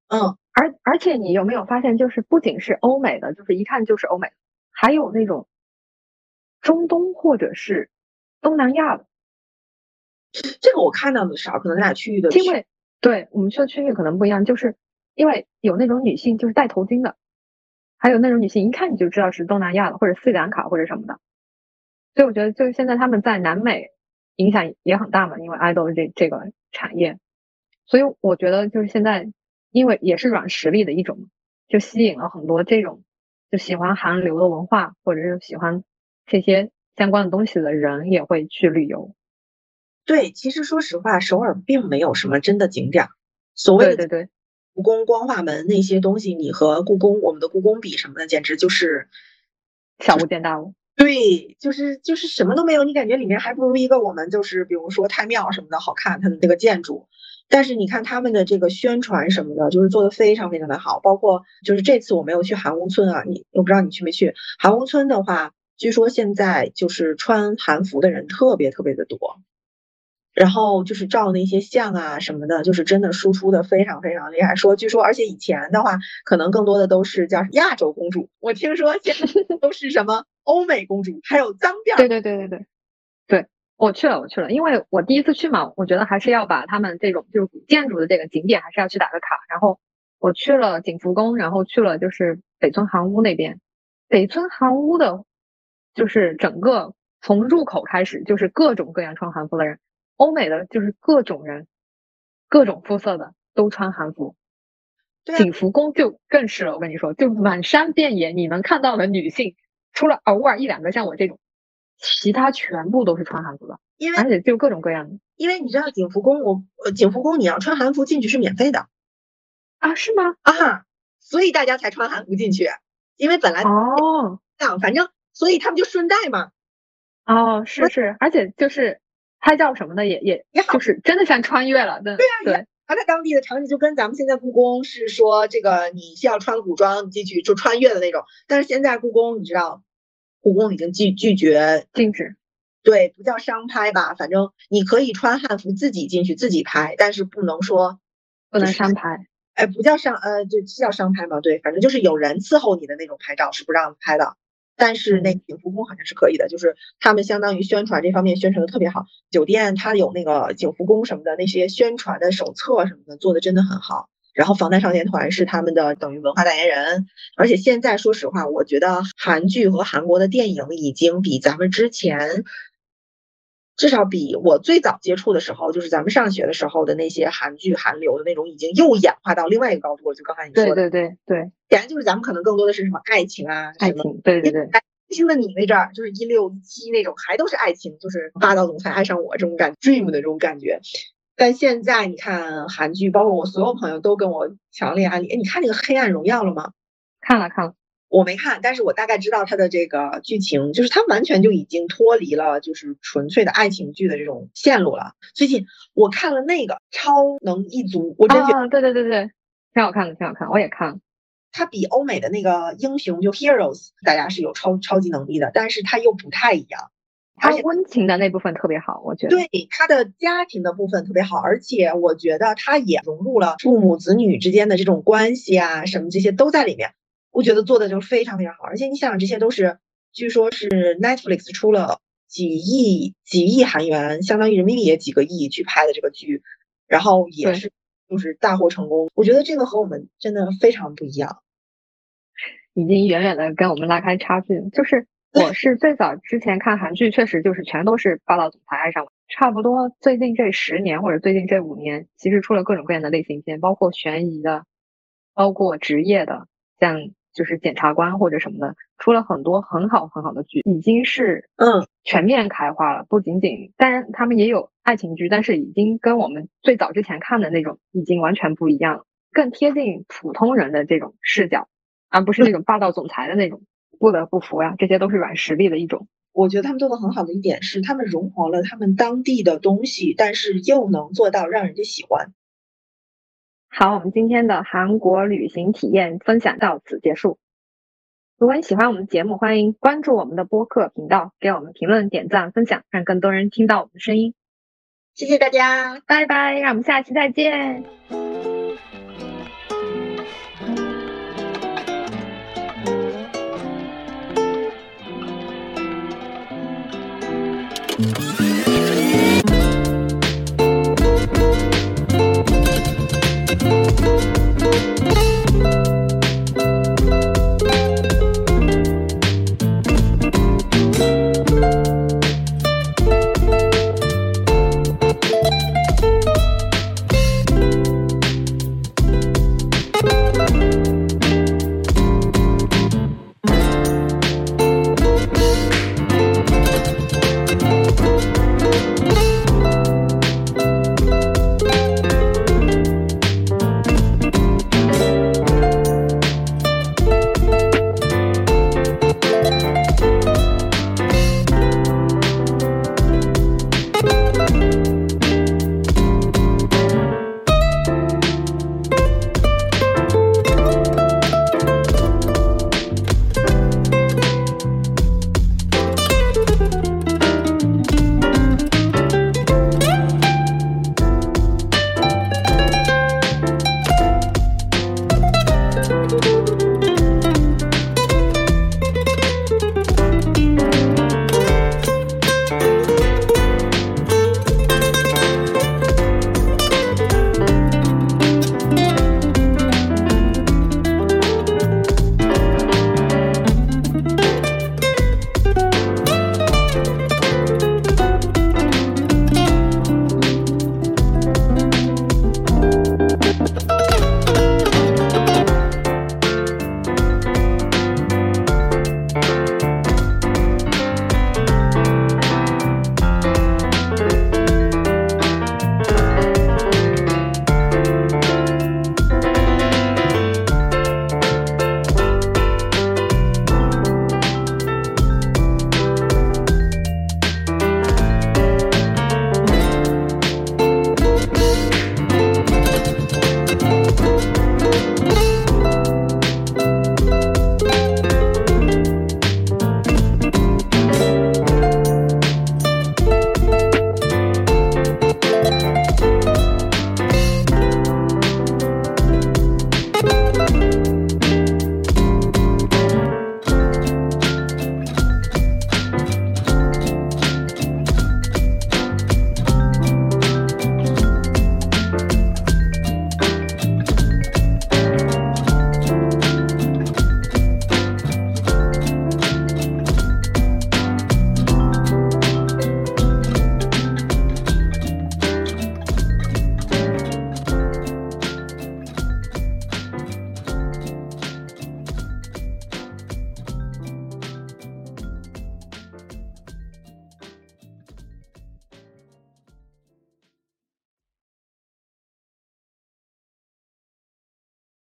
[SPEAKER 3] 嗯，
[SPEAKER 2] 而而且你有没有发现，就是不仅是欧美的，就是一看就是欧美，还有那种中东或者是东南亚的。
[SPEAKER 3] 这个我看到的少，可能咱俩区域的区。
[SPEAKER 2] 因为对我们去的区域可能不一样，就是因为有那种女性就是戴头巾的，还有那种女性一看你就知道是东南亚的或者斯里兰卡或者什么的。所以我觉得就是现在他们在南美影响也很大嘛，因为 idol 这这个产业。所以我觉得就是现在，因为也是软实力的一种，就吸引了很多这种就喜欢韩流的文化或者是喜欢这些相关的东西的人也会去旅游。
[SPEAKER 3] 对，其实说实话，首尔并没有什么真的景点儿。所谓的
[SPEAKER 2] 对对对，
[SPEAKER 3] 故宫、光化门那些东西，你和故宫我们的故宫比什么的，简直就是
[SPEAKER 2] 小巫见大巫。
[SPEAKER 3] 对，就是就是什么都没有，你感觉里面还不如一个我们就是比如说太庙什么的好看，它的这个建筑。但是你看他们的这个宣传什么的，就是做的非常非常的好。包括就是这次我没有去韩屋村啊，你我不知道你去没去韩屋村的话，据说现在就是穿韩服的人特别特别的多。然后就是照那些相啊什么的，就是真的输出的非常非常厉害。说据说，而且以前的话，可能更多的都是叫亚洲公主，我听说现在都是什么欧美公主，还有脏辫。
[SPEAKER 2] 对对对对对对，我去了我去了，因为我第一次去嘛，我觉得还是要把他们这种就是古建筑的这个景点还是要去打个卡。然后我去了景福宫，然后去了就是北村韩屋那边。北村韩屋的，就是整个从入口开始就是各种各样穿韩服的人，欧美的就是各种人，各种肤色的都穿韩服。
[SPEAKER 3] 对啊，
[SPEAKER 2] 景福宫就更是了，我跟你说，就满山遍野你能看到的女性，除了偶尔一两个像我这种，其他全部都是穿韩服的，
[SPEAKER 3] 因为
[SPEAKER 2] 而且就各种各样的。
[SPEAKER 3] 因为你知道景福宫，我呃景福宫你要穿韩服进去是免费的
[SPEAKER 2] 啊？是吗？
[SPEAKER 3] 啊，所以大家才穿韩服进去，因为本来
[SPEAKER 2] 哦
[SPEAKER 3] 这样，反正所以他们就顺带嘛，
[SPEAKER 2] 哦，是是，而且就是拍照什么的也也
[SPEAKER 3] 也好。
[SPEAKER 2] 就是真的像穿越了，对对。
[SPEAKER 3] 它在当地的场景就跟咱们现在故宫是说这个你需要穿古装进去就穿越的那种，但是现在故宫你知道，故宫已经拒拒绝
[SPEAKER 2] 禁止。
[SPEAKER 3] 对，不叫商拍吧，反正你可以穿汉服自己进去自己拍，但是不能说
[SPEAKER 2] 不能商拍。
[SPEAKER 3] 哎，不叫商呃，就叫商拍嘛，对，反正就是有人伺候你的那种拍照是不让拍的。但是那
[SPEAKER 2] 嗯
[SPEAKER 3] 景福宫好像是可以的，就是他们相当于宣传这方面宣传的特别好，酒店它有那个景福宫什么的那些宣传的手册什么的做的真的很好。然后防弹少年团是他们的等于文化代言人，而且现在说实话，我觉得韩剧和韩国的电影已经比咱们之前，至少比我最早接触的时候，就是咱们上学的时候的那些韩剧、韩流的那种，已经又演化到另外一个高度了。就刚才你说的，
[SPEAKER 2] 对对对对，
[SPEAKER 3] 显然就是咱们可能更多的是什么爱情啊，
[SPEAKER 2] 爱
[SPEAKER 3] 什么
[SPEAKER 2] 情，对对对。
[SPEAKER 3] 爱情的你那阵儿，就是一六一七那种，还都是爱情，就是霸道总裁爱上我这种感 dream 的这种感觉。但现在你看韩剧，包括我所有朋友都跟我强烈安利，哎，你看那个《黑暗荣耀》了吗？
[SPEAKER 2] 看了看了。
[SPEAKER 3] 我没看，但是我大概知道它的这个剧情，就是它完全就已经脱离了就是纯粹的爱情剧的这种线路了。最近我看了那个超能一族，我真觉得
[SPEAKER 2] 啊，对对对对，挺好看的，挺好看，我也看了。
[SPEAKER 3] 它比欧美的那个英雄就 heroes 大家是有超超级能力的，但是它又不太一样。
[SPEAKER 2] 它温情的那部分特别好，我觉得。
[SPEAKER 3] 对，他的家庭的部分特别好，而且我觉得他也融入了父母子女之间的这种关系啊，什么这些都在里面。我觉得做的就非常非常好，而且你想想，这些都是据说是 Netflix 出了几亿几亿韩元，相当于人民币也几个亿去拍的这个剧，然后也是就是大获成功。我觉得这个和我们真的非常不一样，
[SPEAKER 2] 已经远远的跟我们拉开差距。就是我是最早之前看韩剧，确实就是全都是霸道总裁爱上我。差不多最近这十年或者最近这五年，其实出了各种各样的类型片，包括悬疑的，包括职业的，像就是检察官或者什么的，出了很多很好很好的剧，已经是
[SPEAKER 3] 嗯
[SPEAKER 2] 全面开花了。不仅仅，当然他们也有爱情剧，但是已经跟我们最早之前看的那种已经完全不一样了，更贴近普通人的这种视角，而不是那种霸道总裁的那种。不得不服呀，这些都是软实力的一种。
[SPEAKER 3] 我觉得他们做的很好的一点是，他们融合了他们当地的东西，但是又能做到让人家喜欢。
[SPEAKER 2] 好，我们今天的韩国旅行体验分享到此结束。如果你喜欢我们的节目，欢迎关注我们的播客频道，给我们评论、点赞、分享，让更多人听到我们的声音。
[SPEAKER 3] 谢谢大家，
[SPEAKER 2] 拜拜，让我们下期再见。
[SPEAKER 3] 拜。